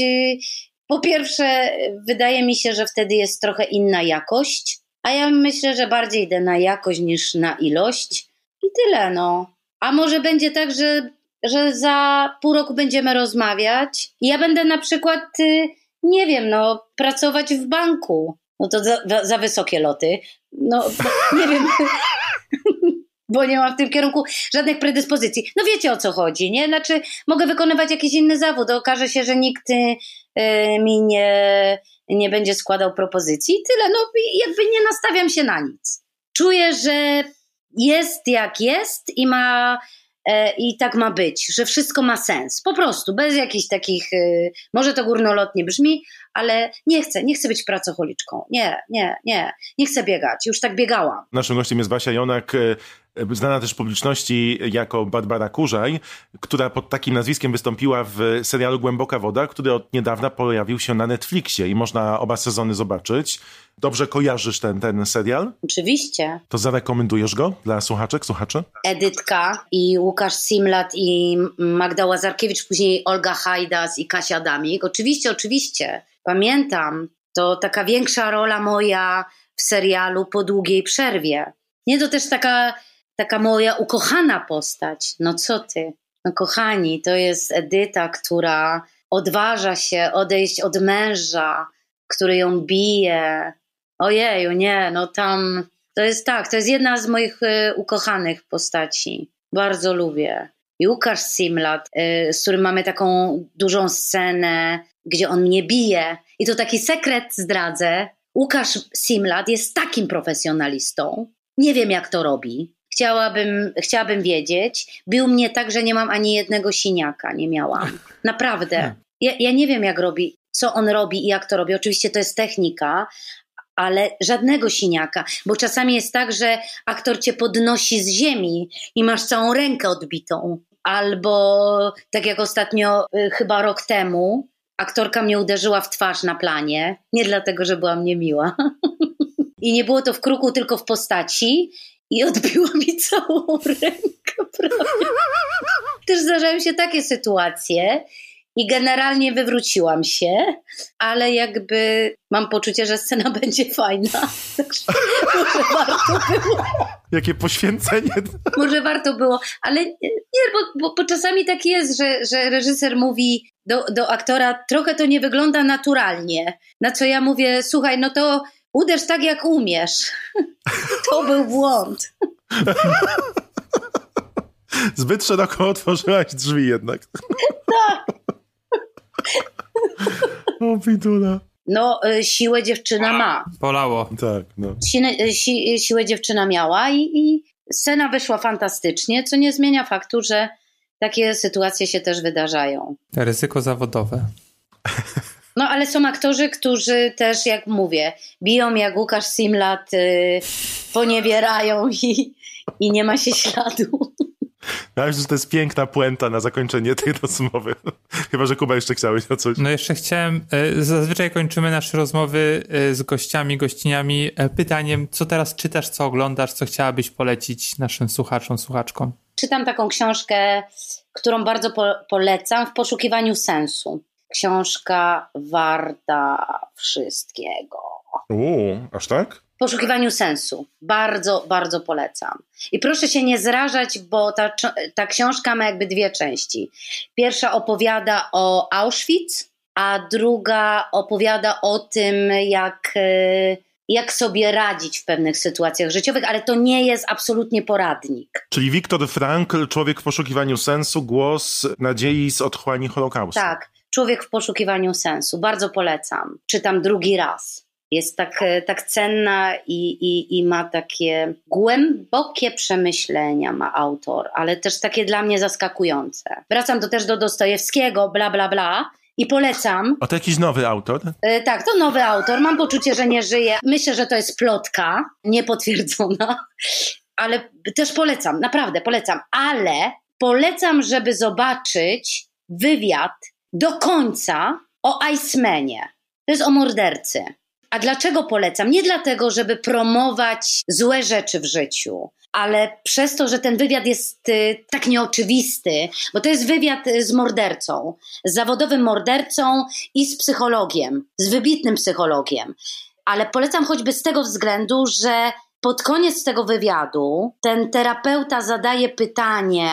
po pierwsze, wydaje mi się, że wtedy jest trochę inna jakość, a ja myślę, że bardziej idę na jakość niż na ilość i tyle, no. A może będzie tak, że, że za pół roku będziemy rozmawiać i ja będę na przykład, nie wiem, no, pracować w banku. No to za, za wysokie loty. No, nie wiem, bo nie mam w tym kierunku żadnych predyspozycji. No wiecie, o co chodzi, nie? Znaczy, mogę wykonywać jakiś inny zawód. Okaże się, że nikt y, mi nie... nie będzie składał propozycji i tyle, no jakby nie nastawiam się na nic. Czuję, że jest jak jest i ma e, i tak ma być, że wszystko ma sens, po prostu, bez jakichś takich, e, może to górnolotnie brzmi, ale nie chcę, nie chcę być pracocholiczką, nie, nie, nie, nie chcę biegać, już tak biegałam. Naszym gościem jest Basia Jonak, znana też publiczności jako Barbara Kurzaj, która pod takim nazwiskiem wystąpiła w serialu Głęboka Woda, który od niedawna pojawił się na Netflixie i można oba sezony zobaczyć. Dobrze kojarzysz ten, ten serial? Oczywiście. To zarekomendujesz go dla słuchaczek, słuchaczy? Edytka i Łukasz Simlat i Magda Łazarkiewicz, później Olga Hajdas i Kasia Adamik. Oczywiście, oczywiście. Pamiętam, to taka większa rola moja w serialu po długiej przerwie. Nie, to też taka... Taka moja ukochana postać. No co ty? No kochani, to jest Edyta, która odważa się odejść od męża, który ją bije. Ojeju, nie, no tam... To jest tak, to jest jedna z moich y, ukochanych postaci. Bardzo lubię. I Łukasz Simlat, y, z którym mamy taką dużą scenę, gdzie on mnie bije. I to taki sekret zdradzę. Łukasz Simlat jest takim profesjonalistą. Nie wiem, jak to robi. Chciałabym, chciałabym wiedzieć. Bił mnie tak, że nie mam ani jednego siniaka. Nie miałam. Naprawdę. Ja, ja nie wiem, jak robi, co on robi i jak to robi. Oczywiście to jest technika, ale żadnego siniaka. Bo czasami jest tak, że aktor cię podnosi z ziemi i masz całą rękę odbitą. Albo tak jak ostatnio, chyba rok temu, aktorka mnie uderzyła w twarz na planie. Nie dlatego, że byłam niemiła. I nie było to w kruku, tylko w postaci. i odbiła mi całą rękę prawie. Też zdarzają się takie sytuacje i generalnie wywróciłam się, ale jakby mam poczucie, że scena będzie fajna. Także może warto było. Jakie poświęcenie. Może warto było, ale nie, bo, bo, bo czasami tak jest, że, że reżyser mówi do, do aktora, trochę to nie wygląda naturalnie. Na co ja mówię, słuchaj, no to uderz tak jak umiesz. To był błąd. Zbyt szeroko otworzyłaś drzwi jednak. Tak. O, Pitula. No, y, siłę dziewczyna ma. Bolało. Tak, no. Si- si- siłę dziewczyna miała i, i scena wyszła fantastycznie, co nie zmienia faktu, że takie sytuacje się też wydarzają. Ryzyko zawodowe. No, ale są aktorzy, którzy też, jak mówię, biją jak Łukasz Simlat, y, poniewierają i, i nie ma się śladu. Ja myślę, że to jest piękna puenta na zakończenie tej rozmowy. Chyba że Kuba jeszcze chciałeś o coś. No jeszcze chciałem, zazwyczaj kończymy nasze rozmowy z gościami, gościniami pytaniem, co teraz czytasz, co oglądasz, co chciałabyś polecić naszym słuchaczom, słuchaczkom? Czytam taką książkę, którą bardzo po- polecam, W poszukiwaniu sensu. Książka warta wszystkiego. Uuu, aż tak? W poszukiwaniu sensu. Bardzo, bardzo polecam. I proszę się nie zrażać, bo ta, ta książka ma jakby dwie części. Pierwsza opowiada o Auschwitz, a druga opowiada o tym, jak, jak sobie radzić w pewnych sytuacjach życiowych, ale to nie jest absolutnie poradnik. Czyli Viktor Frankl, Człowiek w poszukiwaniu sensu, głos nadziei z otchłani Holokaustu. Tak, Człowiek w poszukiwaniu sensu. Bardzo polecam. Czytam drugi raz. Jest tak, tak cenna i, i, i ma takie głębokie przemyślenia, ma autor, ale też takie dla mnie zaskakujące. Wracam do, też do Dostojewskiego, bla, bla, bla i polecam. A to jakiś nowy autor? E, tak, to nowy autor. Mam poczucie, że nie żyje. Myślę, że to jest plotka, niepotwierdzona, ale też polecam, naprawdę polecam. Ale polecam, żeby zobaczyć wywiad do końca o Icemanie. To jest o mordercy. A dlaczego polecam? Nie dlatego, żeby promować złe rzeczy w życiu, ale przez to, że ten wywiad jest y, tak nieoczywisty, bo to jest wywiad z mordercą, z zawodowym mordercą i z psychologiem, z wybitnym psychologiem. Ale polecam choćby z tego względu, że pod koniec tego wywiadu ten terapeuta zadaje pytanie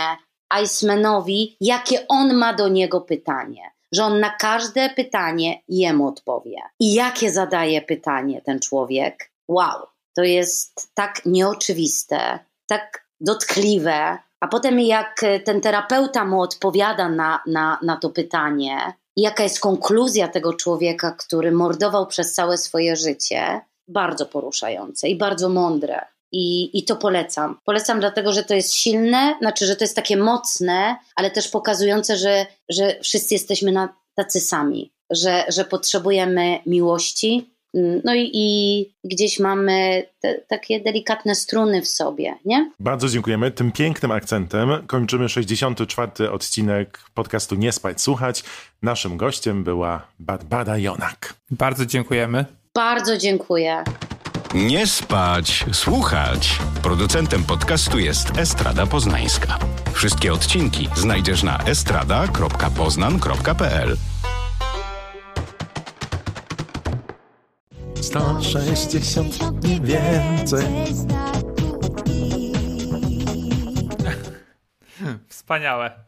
Icemanowi, jakie on ma do niego pytanie. Że on na każde pytanie jemu odpowie. I jakie zadaje pytanie ten człowiek? Wow, to jest tak nieoczywiste, tak dotkliwe. A potem jak ten terapeuta mu odpowiada na, na, na to pytanie i jaka jest konkluzja tego człowieka, który mordował przez całe swoje życie, bardzo poruszające i bardzo mądre. I, I to polecam. Polecam dlatego, że to jest silne, znaczy, że to jest takie mocne, ale też pokazujące, że, że wszyscy jesteśmy na, tacy sami, że, że potrzebujemy miłości, no i, i gdzieś mamy te, takie delikatne struny w sobie, nie? Bardzo dziękujemy. Tym pięknym akcentem kończymy sześćdziesiąty czwarty odcinek podcastu Nie spać, słuchać. Naszym gościem była Barbara Jonak. Bardzo dziękujemy. Bardzo dziękuję. Nie spać, słuchać. Producentem podcastu jest Estrada Poznańska. Wszystkie odcinki znajdziesz na estrada kropka poznan kropka p l. sto sześćdziesiąt i więcej. Wspaniałe.